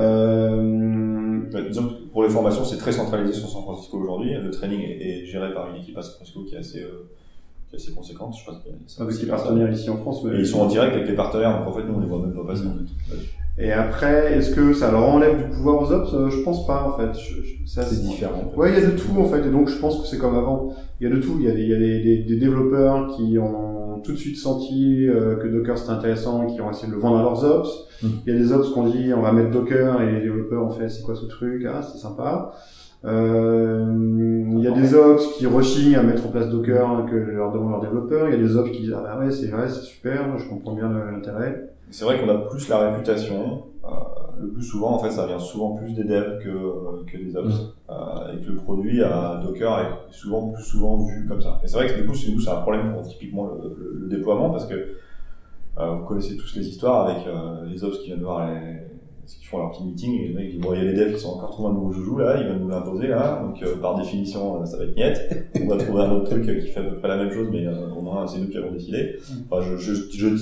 Disons que pour les formations, c'est très centralisé sur San Francisco aujourd'hui. Le training est géré par une équipe à San Francisco qui est assez conséquente. Je pense qu'il y a avec les partenaires ici en France. Et ils sont en direct avec les partenaires, donc en fait, nous, on les voit même pas passer. En fait. Et après, est-ce que ça leur enlève du pouvoir aux ops? Je pense pas, en fait. C'est différent. Ouais, il y a de tout, en fait. Et donc, je pense que c'est comme avant. Il y a de tout. Il y a des développeurs qui ont tout de suite senti que Docker c'était intéressant et qui ont essayé de le vendre à leurs ops. Il y a des ops qui ont dit on va mettre Docker et les développeurs ont fait c'est quoi ce truc? Ah, c'est sympa. Il y a des ops qui rechignent à mettre en place Docker que leur demandent leurs développeurs. Il y a des ops qui disent ah bah ouais, c'est vrai, c'est super, je comprends bien l'intérêt. C'est vrai qu'on a plus la réputation. Le plus souvent, en fait, ça vient souvent plus des devs que des ops. Et que le produit à Docker est plus souvent vu comme ça. Et c'est vrai que du coup, c'est un problème pour typiquement le déploiement parce que vous connaissez tous les histoires avec les ops qui viennent voir qui font leur petit meeting et les mecs disent bon, il y a les devs qui sont encore trouvés un nouveau joujou là, ils viennent nous l'imposer là, donc par définition ça va être niette. On va trouver un autre truc qui fait à peu près la même chose, mais c'est nous qui avons décidé. Enfin, je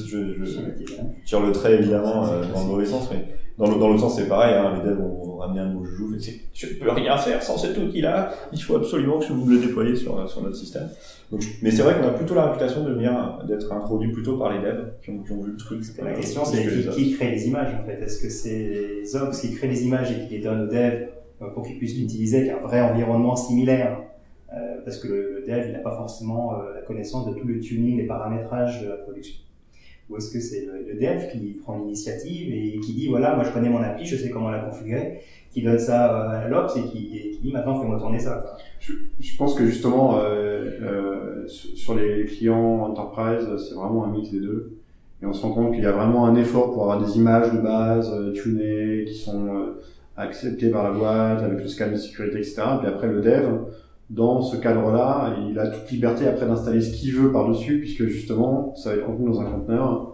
tire le trait évidemment dans le mauvais sens, mais dans l'autre sens c'est pareil, hein, les devs vont ramener un nouveau joujou, mais je ne peux rien faire sans cet outil là, il faut absolument que vous me le déployiez sur notre système. Donc, mais c'est vrai qu'on a plutôt la réputation d'être introduit plutôt par les devs qui ont vu le truc. La question c'est qui crée les images en fait. Est-ce que c'est les ops qui créent les images et qui les donnent aux devs pour qu'ils puissent l'utiliser avec un vrai environnement similaire parce que le dev il n'a pas forcément la connaissance de tout le tuning, les paramétrages de la production. Ou est-ce que c'est le dev qui prend l'initiative et qui dit voilà, moi je connais mon appli, je sais comment la configurer, qui donne ça à l'ops et qui dit maintenant fais-moi tourner ça, quoi. Je pense que justement sur les clients enterprise c'est vraiment un mix des deux et on se rend compte qu'il y a vraiment un effort pour avoir des images de base tunées qui sont acceptées par la boîte avec le scan de sécurité etc. Et puis après le dev dans ce cadre-là il a toute liberté après d'installer ce qu'il veut par-dessus puisque justement ça va être contenu dans un conteneur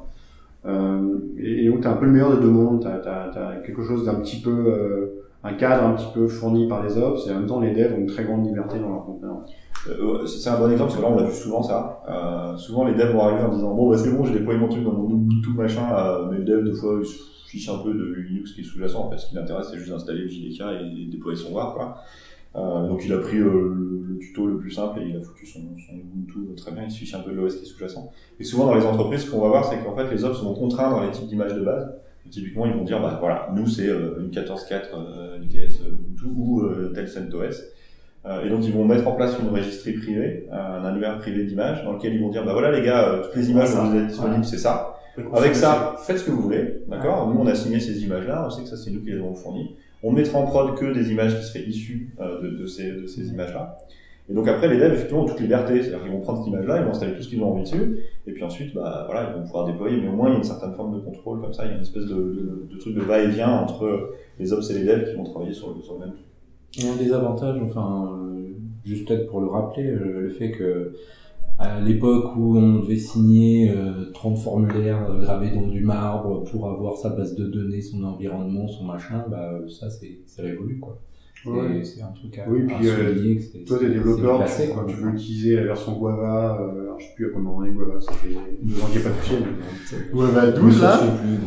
et donc t'as un peu le meilleur des deux mondes, t'as quelque chose d'un petit peu un cadre un petit peu fourni par les ops et en même temps les devs ont une très grande liberté dans leur conteneur. C'est un bon exemple parce que là on a vu souvent ça. Souvent les devs vont arriver en disant bon bah c'est bon j'ai déployé mon truc dans mon Ubuntu machin, mais le dev des fois il se fiche un peu de Linux qui est sous-jacent en fait. Ce qui l'intéresse c'est juste d'installer le JDK et déployer son WAR quoi. Donc il a pris le tuto le plus simple et il a foutu son Ubuntu très bien, il se fiche un peu de l'OS qui est sous-jacent. Et souvent dans les entreprises ce qu'on va voir c'est qu'en fait les ops vont contraindre les types d'images de base. Et typiquement ils vont dire bah voilà nous c'est une 14.4 LTS Ubuntu ou tel CentOS. Et donc ils vont mettre en place une registrie privée, un annuaire privé d'images dans lequel ils vont dire bah voilà les gars toutes les images dont vous êtes disponibles c'est ça. Avec ça faites ce que vous voulez, d'accord. Nous on a signé ces images là, on sait que ça c'est nous qui les avons fournies. On mettra en prod que des images qui seraient issues de ces images là. Et donc après les devs effectivement ont toute liberté, c'est-à-dire qu'ils vont prendre cette image là, ils vont installer tout ce qu'ils ont envie dessus, et puis ensuite bah voilà ils vont pouvoir déployer, mais au moins il y a une certaine forme de contrôle comme ça, il y a une espèce de truc de va-et-vient entre les ops et les devs qui vont travailler sur le même truc. Et un des avantages, enfin, juste peut-être pour le rappeler, le fait que à l'époque où on devait signer 30 formulaires gravés dans du marbre pour avoir sa base de données, son environnement, son machin, bah ça c'est révolu quoi. Ouais. C'est un truc à oui, puis souligner. toi t'es développeur, passé, quand tu veux utiliser la version Guava, alors je sais plus à combien on est Guava, ça fait 2 ans qu'il n'y a pas touché, mais Guava 12 là,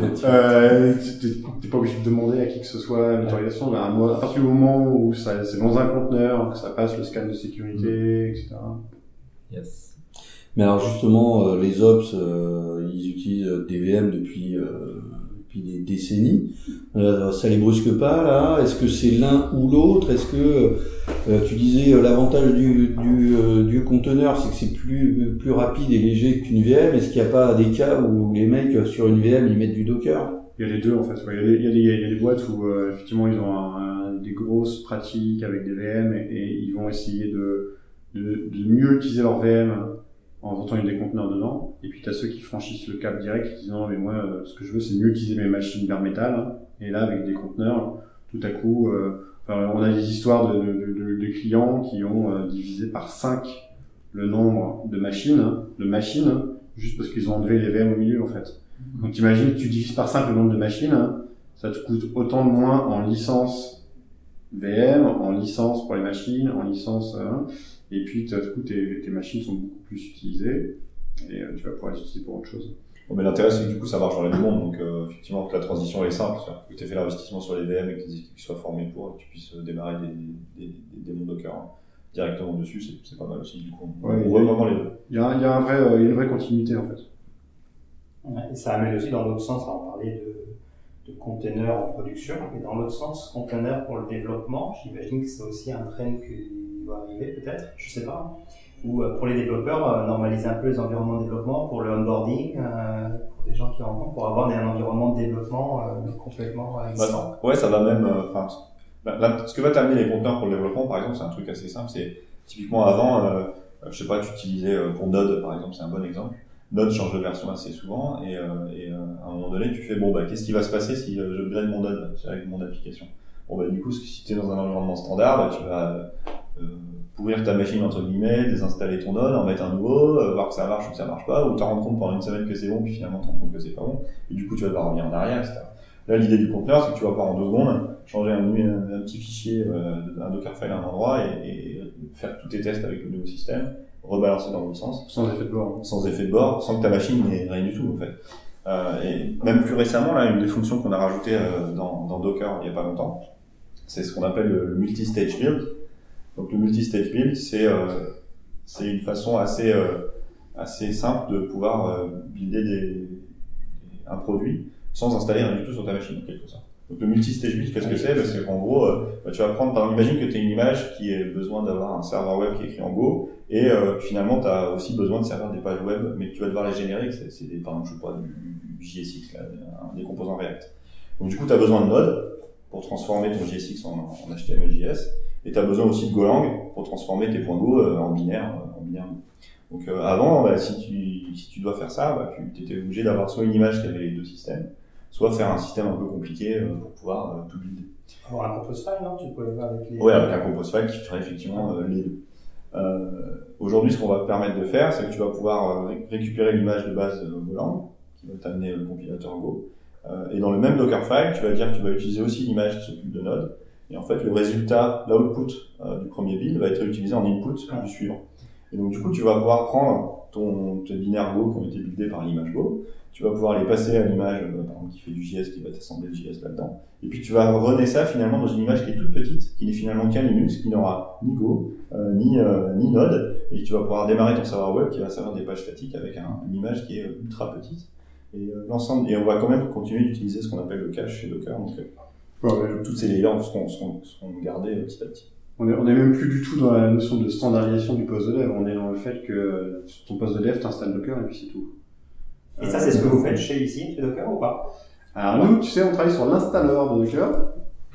t'es pas obligé de demander à qui que ce soit l'autorisation, à partir du moment où c'est dans un conteneur, que ça passe le scan de sécurité, etc. Yes. Mais alors justement, les ops, ils utilisent des VM depuis des décennies. Ça les brusque pas là? Est-ce que c'est l'un ou l'autre? Est-ce que tu disais l'avantage du conteneur, c'est que c'est plus rapide et léger qu'une VM? Est-ce qu'il n'y a pas des cas où les mecs sur une VM ils mettent du Docker? Il y a les deux en fait. Il y a des boîtes où effectivement ils ont des grosses pratiques avec des VM et ils vont essayer de mieux utiliser leur VM en inventant des conteneurs dedans. Et puis t'as ceux qui franchissent le cap direct qui disent non mais moi ce que je veux c'est mieux utiliser mes machines bare métal, hein. Et là avec des conteneurs tout à coup on a des histoires de clients qui ont divisé par 5 le nombre de machines juste parce qu'ils ont enlevé les VM au milieu en fait. Donc t'imagines que tu divises par 5 le nombre de machines, ça te coûte autant de moins en licence VM, en licence pour les machines, en licence, et puis tout à coup tes machines sont beaucoup plus utilisées, et tu vas pouvoir les utiliser pour autre chose. Bon, mais l'intérêt, c'est que du coup, ça marche dans les deux mondes, donc effectivement, que la transition elle est simple, c'est-à-dire que tu aies fait l'investissement sur les VM et que tes équipes soient formées pour, et que tu puisses démarrer des démos Docker directement dessus, c'est pas mal aussi, du coup. Ouais, on voit vraiment les deux. Il y a une vraie continuité, en fait. Ouais, et ça amène aussi dans l'autre sens, là, on parlait de containers en production, et dans l'autre sens, containers pour le développement, j'imagine que c'est aussi un trend qui doit arriver peut-être, je sais pas, ou pour les développeurs, normaliser un peu les environnements de développement pour le onboarding, pour les gens qui rencontrent, pour avoir un environnement de développement complètement existant. Ouais, ça va même, ce que va t'amener les conteneurs pour le développement, par exemple, c'est un truc assez simple, c'est typiquement avant, je sais pas, tu utilisais pour Node, par exemple, c'est un bon exemple. Node change de version assez souvent et à un moment donné tu fais bon bah qu'est-ce qui va se passer si je upgrade mon Node avec mon application. Bon bah du coup si tu es dans un environnement standard, bah, tu vas pourrir ta machine entre guillemets, désinstaller ton Node, en mettre un nouveau, voir que ça marche ou que ça marche pas, ou t'en rendre compte pendant une semaine que c'est bon puis finalement t'en rends compte que c'est pas bon et du coup tu vas devoir revenir en arrière, etc. Là l'idée du conteneur c'est que tu vas pouvoir en 2 secondes changer un petit fichier, un Dockerfile à un endroit et faire tous tes tests avec le nouveau système, rebalancer dans l'autre sens. Sans effet de bord. Sans effet de bord, sans que ta machine n'ait rien du tout, en fait. Et même plus récemment, là, une des fonctions qu'on a rajoutées dans Docker il y a pas longtemps, c'est ce qu'on appelle le multi-stage build. Donc le multi-stage build, c'est une façon assez simple de pouvoir builder un produit sans installer rien du tout sur ta machine, en quelque sorte. Donc le multi-stage build, qu'est-ce que c'est? Parce qu'en gros, tu vas prendre, par exemple, imagine que tu as une image qui a besoin d'avoir un serveur web qui est écrit en Go, et finalement tu as aussi besoin de servir des pages web, mais tu vas devoir les générer, c'est des, par exemple, je sais pas, du JSX, là, des composants React. Donc du coup tu as besoin de Node pour transformer ton JSX en HTML/JS, et tu as besoin aussi de Golang pour transformer tes points Go en binaire. Donc avant, bah, si tu dois faire ça, bah, tu étais obligé d'avoir soit une image qui avait les deux systèmes, soit faire un système un peu compliqué pour pouvoir tout builder. Avoir un compose file, non? Tu peux aller avec les... Oui, avec un compose file qui ferait effectivement les deux. Aujourd'hui, ce qu'on va te permettre de faire, c'est que tu vas pouvoir récupérer l'image de base Golang, qui va t'amener le compilateur Go, et dans le même Dockerfile, tu vas dire que tu vas utiliser aussi l'image qui s'occupe de Node, et en fait, le résultat, l'output du premier build va être utilisé en input du suivant. Et donc, du coup, tu vas pouvoir prendre tes binaires Go qui ont été buildés par l'image Go, tu vas pouvoir les passer à l'image par exemple, qui fait du JS, qui va t'assembler le JS là-dedans. Et puis tu vas renaître ça finalement dans une image qui est toute petite, qui n'est finalement qu'un Linux, qui n'aura ni Go, ni Node, et tu vas pouvoir démarrer ton serveur web qui va servir des pages statiques avec une image qui est ultra petite. Et l'ensemble, et on va quand même continuer d'utiliser ce qu'on appelle le cache chez Docker. Donc toutes ces layers seront gardées petit à petit. On est même plus du tout dans la notion de standardisation du poste de dev, on est dans le fait que sur ton poste de dev, tu installes Docker et puis c'est tout. Et ça, c'est ce que vous faites chez Docker ou pas? Alors nous, tu sais, on travaille sur l'installeur de Docker.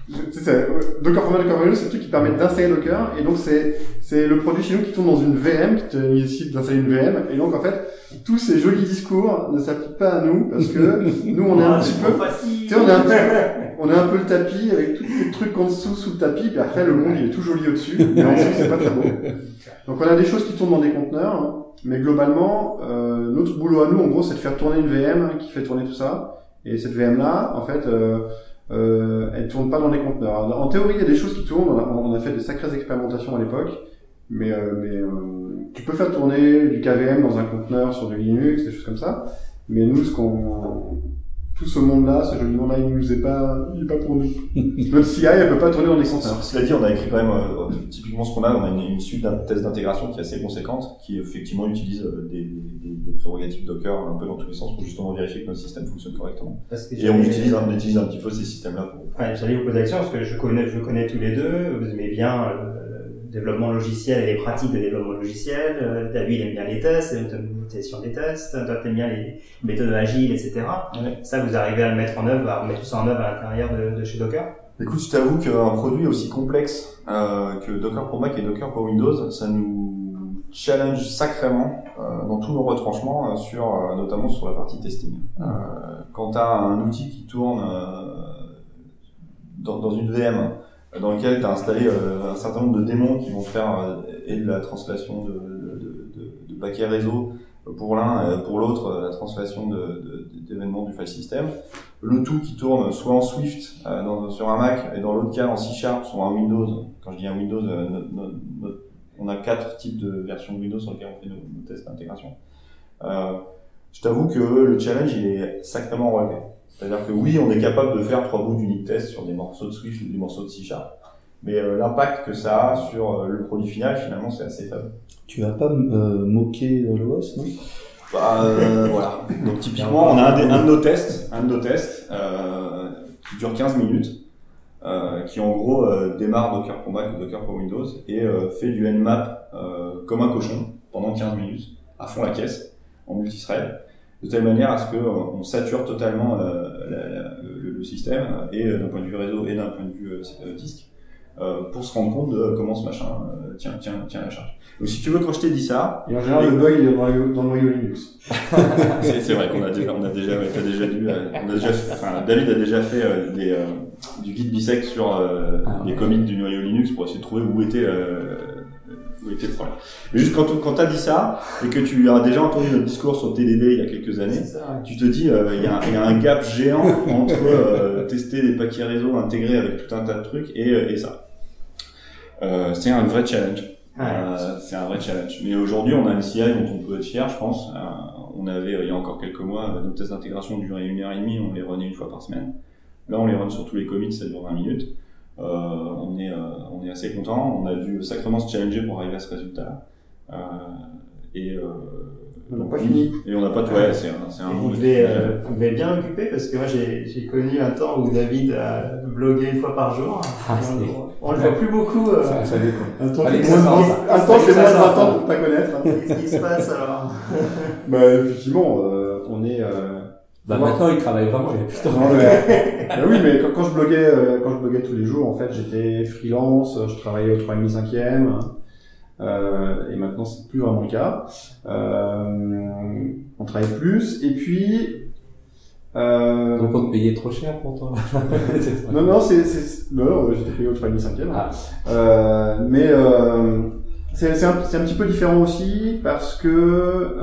Docker Format, Docker Volume, c'est le truc qui permet d'installer Docker, et donc c'est le produit chez nous qui tourne dans une VM, qui te nécessite d'installer une VM, et donc en fait, tous ces jolis discours ne s'appliquent pas à nous, parce que nous, on est un petit peu, tu sais, on est un peu le tapis, avec tous les trucs en dessous, sous le tapis, puis après, le monde, il est tout joli au-dessus, mais en dessous, c'est pas très beau. Donc on a des choses qui tournent dans des conteneurs, hein, mais globalement, notre boulot à nous, en gros, c'est de faire tourner une VM qui fait tourner tout ça, et cette VM-là, en fait, elle tourne pas dans les conteneurs. Alors, en théorie, il y a des choses qui tournent. On a fait des sacrées expérimentations à l'époque, mais tu peux faire tourner du KVM dans un conteneur sur du Linux, des choses comme ça. Mais nous, tout ce monde-là, ce joli monde-là, il est pas pour nous. Notre CI, elle peut pas tourner dans des conteneurs. Cela dit, on a écrit quand même, typiquement ce qu'on a une suite d'un test d'intégration qui est assez conséquente, qui effectivement utilise des prérogatives Docker un peu dans tous les sens pour justement vérifier que notre système fonctionne correctement. Et on utilise un petit peu ces systèmes-là pour... Ouais, j'allais vous poser la question parce que je connais tous les deux, vous aimez bien le développement logiciel et les pratiques de développement logiciel, David aime bien les tests, l'automatisation des tests, toi t'aimes bien les méthodes agiles, etc. Ouais. Ça, vous arrivez à le mettre en œuvre, à mettre tout ça en œuvre à l'intérieur de chez Docker? Écoute, je t'avoue qu'un produit aussi complexe que Docker pour Mac et Docker pour Windows, ça nous challenge sacrément dans tous nos retranchements, notamment sur la partie testing. Quand tu as un outil qui tourne dans une VM, dans lequel tu as installé un certain nombre de démons qui vont faire et de la translation de paquets réseau pour l'un, pour l'autre, la translation d'événements du file system. Le tout qui tourne soit en Swift sur un Mac et dans l'autre cas en C# sur un Windows. Quand je dis un Windows, on a 4 types de versions de Windows sur lesquelles on fait nos tests d'intégration. Je t'avoue que le challenge il est sacrément relevé. C'est-à-dire que oui, on est capable de faire 3 bouts d'unit test sur des morceaux de Swift ou des morceaux de C#, mais l'impact que ça a sur le produit final, finalement, c'est assez faible. Tu vas pas moquer l'OS, non? Voilà. Donc typiquement, on a un de nos tests qui dure 15 minutes, qui en gros démarre Docker pour Mac ou Docker pour Windows et fait du Nmap comme un cochon pendant 15 minutes, à fond la caisse, en multithread, de telle manière à ce que on sature totalement le système et d'un point de vue réseau et d'un point de vue disque. Pour se rendre compte de comment ce machin tient la charge. Donc si tu veux, quand je t'ai dit ça... Et en général, le bug, il est dans le noyau Linux. c'est vrai qu'on David a déjà fait du git bisect sur les commits du noyau Linux pour essayer de trouver où était le problème. Mais juste quand t'as dit ça, et que tu as déjà entendu notre discours sur TDD il y a quelques années, tu te dis, il y a un gap géant entre tester des paquets réseau intégrés avec tout un tas de trucs et ça. C'est un vrai challenge. C'est un vrai challenge. Mais aujourd'hui, on a une CI dont on peut être fier, je pense. On avait, il y a encore quelques mois, nos tests d'intégration duraient 1h30, on les runnait une fois par semaine. Là, on les run sur tous les commits, ça dure 20 minutes. On est assez content. On a dû sacrément se challenger pour arriver à ce résultat. On n'a pas fini. Et on n'a pas tout. Ouais, c'est un vous devez bien occuper parce que moi j'ai connu un temps où David a blogué une fois par jour. On le voit plus beaucoup. Ça dépend. Un temps, c'est moins de 20 ans pour pas connaître. Qu'est-ce qui se passe alors? Effectivement, on est. Maintenant, il travaille vraiment, il y a plus de temps. Oui, mais quand je bloguais tous les jours, en fait, j'étais freelance, je travaillais au 3,5 5e. Et maintenant c'est plus vraiment le cas. On travaille plus et puis donc on te payait trop cher pour toi. non j'étais payé au 3,5 5e. Mais c'est un petit peu différent aussi parce que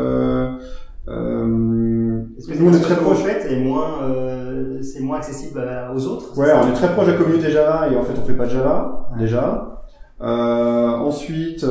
est-ce que on est très proche et c'est moins accessible aux autres? Ouais, on est très proche de la communauté Java et en fait on fait pas de Java déjà. Ensuite,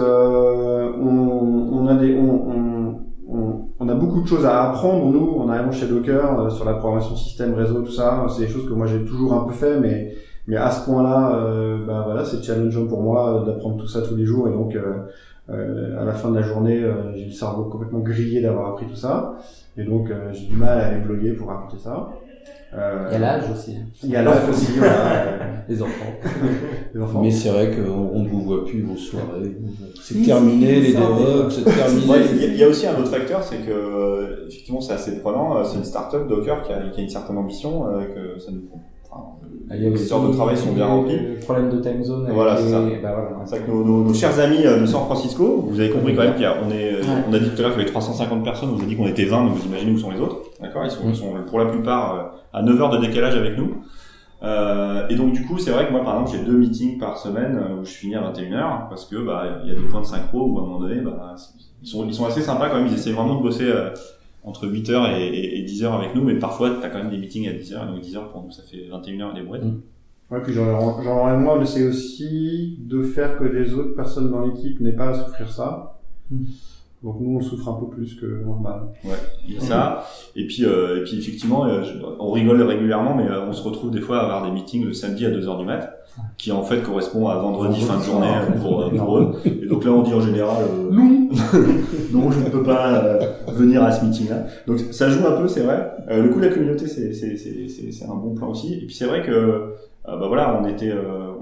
on a beaucoup de choses à apprendre, nous, en arrivant chez Docker, sur la programmation système, réseau, tout ça. C'est des choses que moi j'ai toujours un peu fait, mais à ce point-là, c'est challengeant pour moi d'apprendre tout ça tous les jours, et donc, à la fin de la journée, j'ai le cerveau complètement grillé d'avoir appris tout ça, et donc, j'ai du mal à aller bloguer pour raconter ça. Il y a l'âge aussi. Voilà. Les enfants. Mais c'est vrai qu'on ne vous voit plus vos soirées. C'est terminé, les DevOps, c'est terminé. Il y a aussi un autre facteur, c'est que, effectivement, c'est assez prenant. C'est une start-up Docker qui a une certaine ambition, que ça nous les heures de travail sont bien remplies. Le problème de time zone. Voilà, c'est ça. C'est vrai que nos chers amis de San Francisco, vous avez compris quand même on a dit tout à l'heure qu'il y avait 350 personnes, on vous a dit qu'on était 20, donc vous imaginez où sont les autres. D'accord? Ils sont pour la plupart à 9 heures de décalage avec nous. Et donc du coup, c'est vrai que moi par exemple, j'ai 2 meetings par semaine où je finis à 21h parce que il y a des points de synchro où à un moment donné, ils sont assez sympas quand même, ils essaient vraiment de bosser entre 8h et 10h avec nous, mais parfois t'as quand même des meetings à 10h, donc 10h pour nous ça fait 21h des brouettes. Ouais, puis genre moi on essaie aussi de faire que les autres personnes dans l'équipe n'aient pas à souffrir ça. Donc nous on souffre un peu plus que normal. Ouais, il y a ça. Et puis effectivement, on rigole régulièrement, mais on se retrouve des fois à avoir des meetings le samedi à 2h du mat, qui en fait correspond à vendredi fin de journée pour eux. Et donc là on dit en général non, je ne peux pas venir à ce meeting-là. Donc ça joue un peu, c'est vrai. Le coup de la communauté, c'est un bon plan aussi. Et puis c'est vrai que on était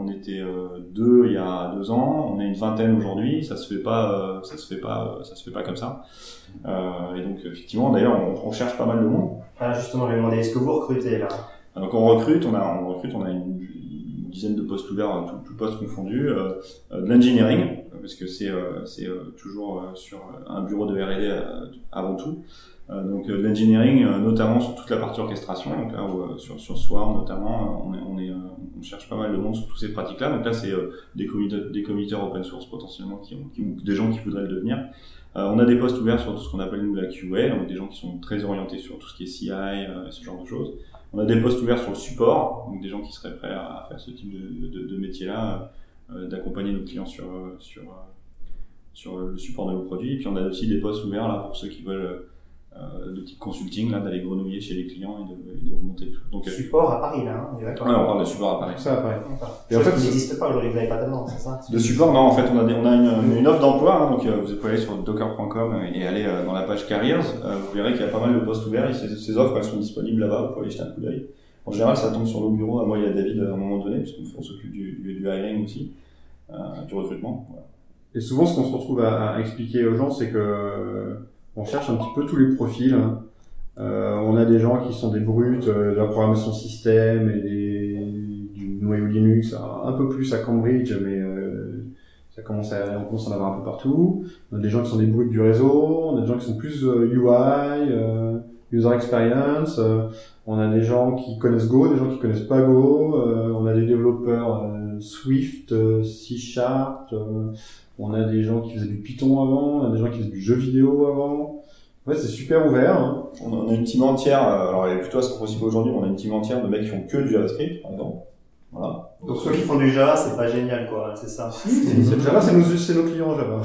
2 il y a 2 ans, on est une vingtaine aujourd'hui, ça se fait pas comme ça. Et donc effectivement, d'ailleurs, on cherche pas mal de monde. Ah, justement, je vais demander, est-ce que vous recrutez là? Donc on recrute, on a une dizaine de postes ouverts, tout postes confondus, de l'engineering, parce que c'est toujours sur un bureau de R&D avant tout. Donc de l'engineering, notamment sur toute la partie orchestration. Donc là, sur Swarm notamment, on cherche pas mal de monde sur toutes ces pratiques-là. Donc là, c'est des committeurs open source potentiellement ou des gens qui voudraient le devenir. On a des postes ouverts sur tout ce qu'on appelle nous la QA, donc des gens qui sont très orientés sur tout ce qui est CI, ce genre de choses. On a des postes ouverts sur le support, donc des gens qui seraient prêts à faire ce type de métier-là, d'accompagner nos clients sur le support de nos produits. Et puis on a aussi des postes ouverts là pour ceux qui veulent de type consulting, là, d'aller grenouiller chez les clients et de remonter. Donc, support à Paris, là, on est d'accord. Ouais, on parle de support à Paris. Ça, à Paris. Et en fait, ça n'existe pas aujourd'hui, vous n'avez pas d'annonce, c'est ça? De support, non, en fait, on a une offre d'emploi, hein, donc vous pouvez aller sur docker.com et aller dans la page Careers. Vous verrez qu'il y a pas mal de postes ouverts et ces offres, elles sont disponibles là-bas, vous pouvez aller jeter un coup d'œil. En général, ça tombe sur nos bureaux. Moi, il y a David à un moment donné, puisqu'on s'occupe du hiring aussi, du recrutement. Voilà. Et souvent, ce qu'on se retrouve à expliquer aux gens, c'est que on cherche un petit peu tous les profils. On a des gens qui sont des brutes de la programmation système et du noyau Linux, un peu plus à Cambridge, mais on commence à en avoir un peu partout. On a des gens qui sont des brutes du réseau, on a des gens qui sont plus UI, user experience, on a des gens qui connaissent Go, des gens qui connaissent pas Go, on a des développeurs Swift, C#, on a des gens qui faisaient du Python avant, on a des gens qui faisaient du jeu vidéo avant. Ouais, c'est super ouvert. Hein. On a une team entière, alors elle est plutôt assez possible aujourd'hui, mais on a une team entière de mecs qui font que du JavaScript, par exemple. Voilà. Donc ceux qui font du Java, c'est pas génial, quoi, c'est ça. Java, c'est nos clients, Java.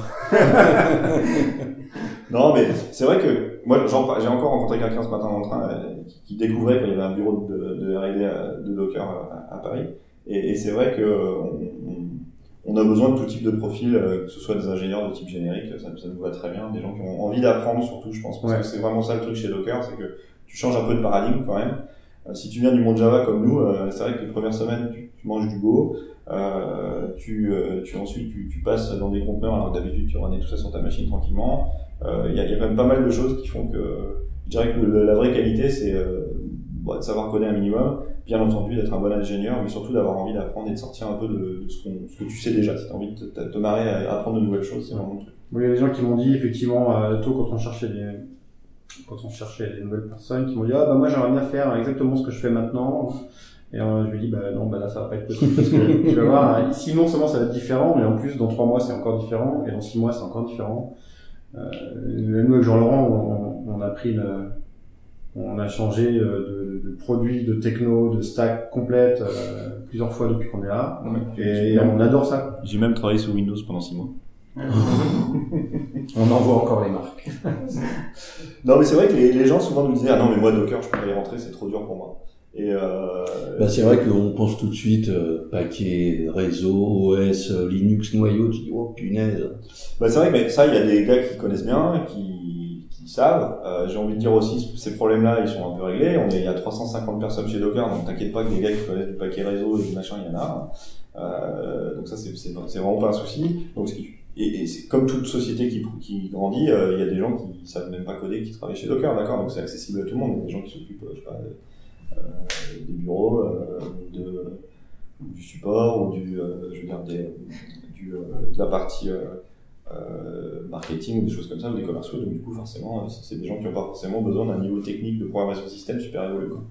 Non, mais c'est vrai que moi, j'ai encore rencontré quelqu'un ce matin dans le train qui découvrait qu'il y avait un bureau de R&D de Docker à Paris. Et c'est vrai que on a besoin de tout type de profil, que ce soit des ingénieurs de type générique, ça nous va très bien, des gens qui ont envie d'apprendre surtout, je pense, parce que c'est vraiment ça le truc chez Docker, c'est que tu changes un peu de paradigme quand même. Si tu viens du monde Java comme nous, c'est vrai que les premières semaines, tu manges du Go, ensuite tu passes dans des conteneurs, alors que d'habitude tu runnais tout ça sur ta machine tranquillement. Il y a quand même pas mal de choses qui font que, je dirais que la vraie qualité, c'est de savoir coder un minimum, bien entendu d'être un bon ingénieur, mais surtout d'avoir envie d'apprendre et de sortir un peu de ce que tu sais déjà. Si tu as envie de te marrer à apprendre de nouvelles choses, c'est vraiment le truc. Oui, il y a des gens qui m'ont dit, effectivement, tôt quand on cherchait les nouvelles personnes, qui m'ont dit, moi j'aimerais bien faire exactement ce que je fais maintenant. Et je lui ai dit, non, là ça va pas être possible, parce que tu vas voir, ici non seulement ça va être différent, mais en plus dans 3 mois c'est encore différent, et dans 6 mois c'est encore différent. Nous avec Jean-Laurent, on a changé de produit, de techno, de stack complète plusieurs fois depuis qu'on est là, et on adore ça. J'ai même travaillé sous Windows pendant 6 mois. On en voit encore les marques. Non, mais c'est vrai que les gens souvent nous disaient, ah non, mais moi Docker, je peux pas y rentrer, c'est trop dur pour moi. Et c'est vrai qu'on pense tout de suite paquet, réseau, OS, Linux, noyau, tu dis oh punaise. C'est vrai que ça, il y a des gars qui connaissent bien, qui savent. J'ai envie de dire aussi, ces problèmes-là, ils sont un peu réglés. Il y a 350 personnes chez Docker, donc t'inquiète pas que des gars qui connaissent du paquet réseau et du machin, il y en a. Donc ça, c'est vraiment pas un souci. Donc et c'est comme toute société qui grandit, il y a des gens qui savent même pas coder, qui travaillent chez Docker, d'accord. Donc c'est accessible à tout le monde. Il y a des gens qui s'occupent, je sais pas, des bureaux, du support ou de la partie marketing ou des choses comme ça, ou des commerciaux. Donc du coup, forcément, c'est des gens qui n'ont pas forcément besoin d'un niveau technique de programmation système super évolué, quoi.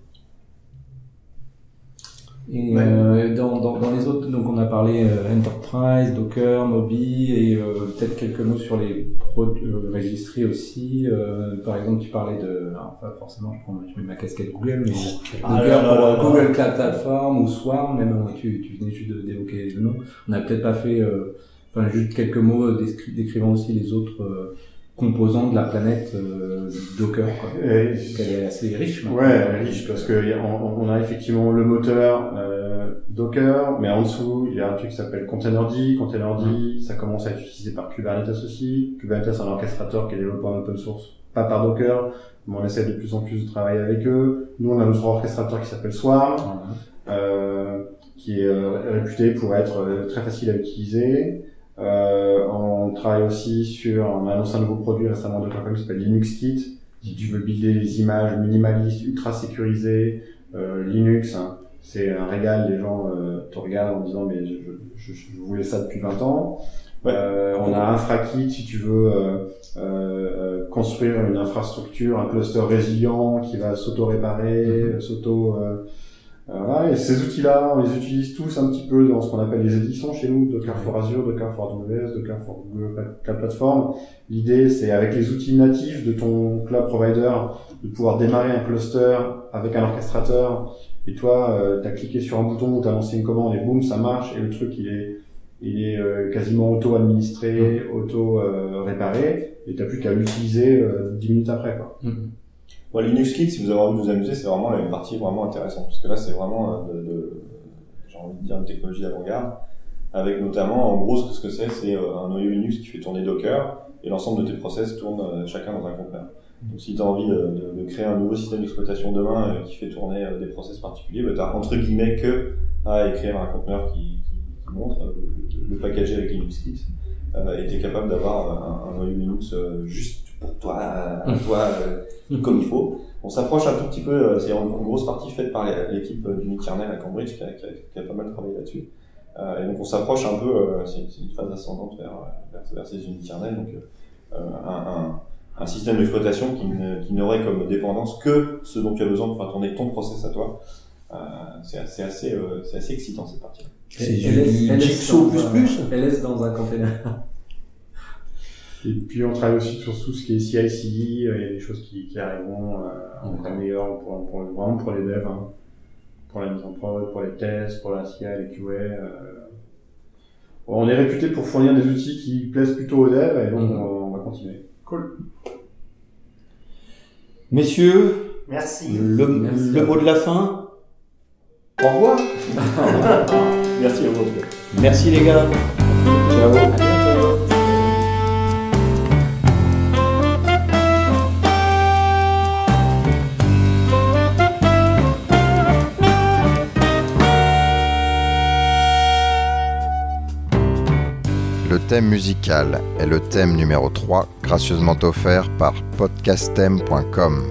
Et dans les autres, donc on a parlé Enterprise, Docker, Moby, et peut-être quelques mots sur les registrés aussi. Par exemple, tu parlais forcément, je mets ma casquette Google, mais Docker pour Google Cloud Platform ou Swarm, même tu venais juste d'évoquer le nom. On n'a peut-être pas fait, juste quelques mots décrivant aussi les autres composants de la planète Docker, quoi. Parce qu'elle est assez riche maintenant. Ouais, riche, parce que on a effectivement le moteur Docker, mais en dessous il y a un truc qui s'appelle Containerd. Containerd, ça commence à être utilisé par Kubernetes aussi. Kubernetes, c'est un orchestrateur qui est développé en open source, pas par Docker, mais on essaie de plus en plus de travailler avec eux. Nous, on a notre orchestrateur qui s'appelle Swarm, qui est réputé pour être très facile à utiliser. On travaille aussi on a annoncé un nouveau produit récemment de Docker qui s'appelle LinuxKit. Si tu veux builder des images minimalistes, ultra sécurisées, Linux, c'est un régal. Les gens te regardent en disant mais je voulais ça depuis 20 ans. Ouais. On a InfraKit si tu veux construire une infrastructure, un cluster résilient qui va s'auto-réparer, voilà. Et ces outils-là, on les utilise tous un petit peu dans ce qu'on appelle les éditions chez nous, Docker for Azure, Docker for AWS, Docker for Google Cloud Platform. L'idée, c'est avec les outils natifs de ton cloud provider de pouvoir démarrer un cluster avec un orchestrateur. Et toi, t'as cliqué sur un bouton, t'as lancé une commande et boum, ça marche. Et le truc, il est quasiment auto-administré, auto-réparé. Et t'as plus qu'à l'utiliser 10 minutes après, quoi. Bon, LinuxKit, si vous avez envie de vous amuser, c'est vraiment une partie vraiment intéressante, parce que là, c'est vraiment j'ai envie de dire une technologie d'avant-garde, avec notamment, en gros, ce que c'est un noyau Linux qui fait tourner Docker, et l'ensemble de tes process tournent chacun dans un conteneur. Donc, si tu as envie de créer un nouveau système d'exploitation demain qui fait tourner des process particuliers, tu as entre guillemets que à écrire un conteneur qui montre, le packager avec LinuxKit, et tu es capable d'avoir un noyau Linux juste pour toi, comme il faut. On s'approche un tout petit peu, c'est une grosse partie faite par l'équipe d'Unikernel à Cambridge qui a pas mal travaillé là-dessus. Et donc on s'approche un peu, c'est une phase ascendante vers ces Unikernel, donc un système d'exploitation qui n'aurait comme dépendance que ce dont tu as besoin pour faire tourner ton process à toi. C'est assez excitant cette partie. C'est du Jigsaw plus. LS dans un container. Et puis on travaille aussi sur tout ce qui est CI/CD, il y a des choses qui arriveront encore meilleures vraiment pour les devs, hein. Pour la mise en prod, pour les tests, pour la CI, les QA. On est réputé pour fournir des outils qui plaisent plutôt aux devs et donc on va continuer. Cool. Messieurs, Merci. Le mot de la fin. Au revoir. Merci à vous. Merci les gars. Ciao. Le thème musical est le thème numéro 3, gracieusement offert par podcastem.com,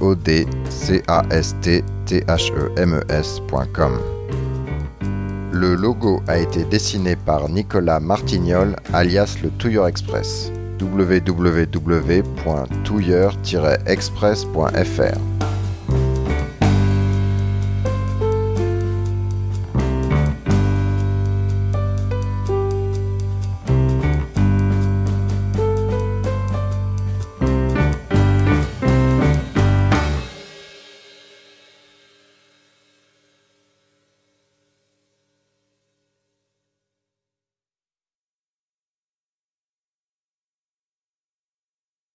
podcastthemes.com. Le logo a été dessiné par Nicolas Martignol, alias le Touilleur Express, www.touilleur-express.fr.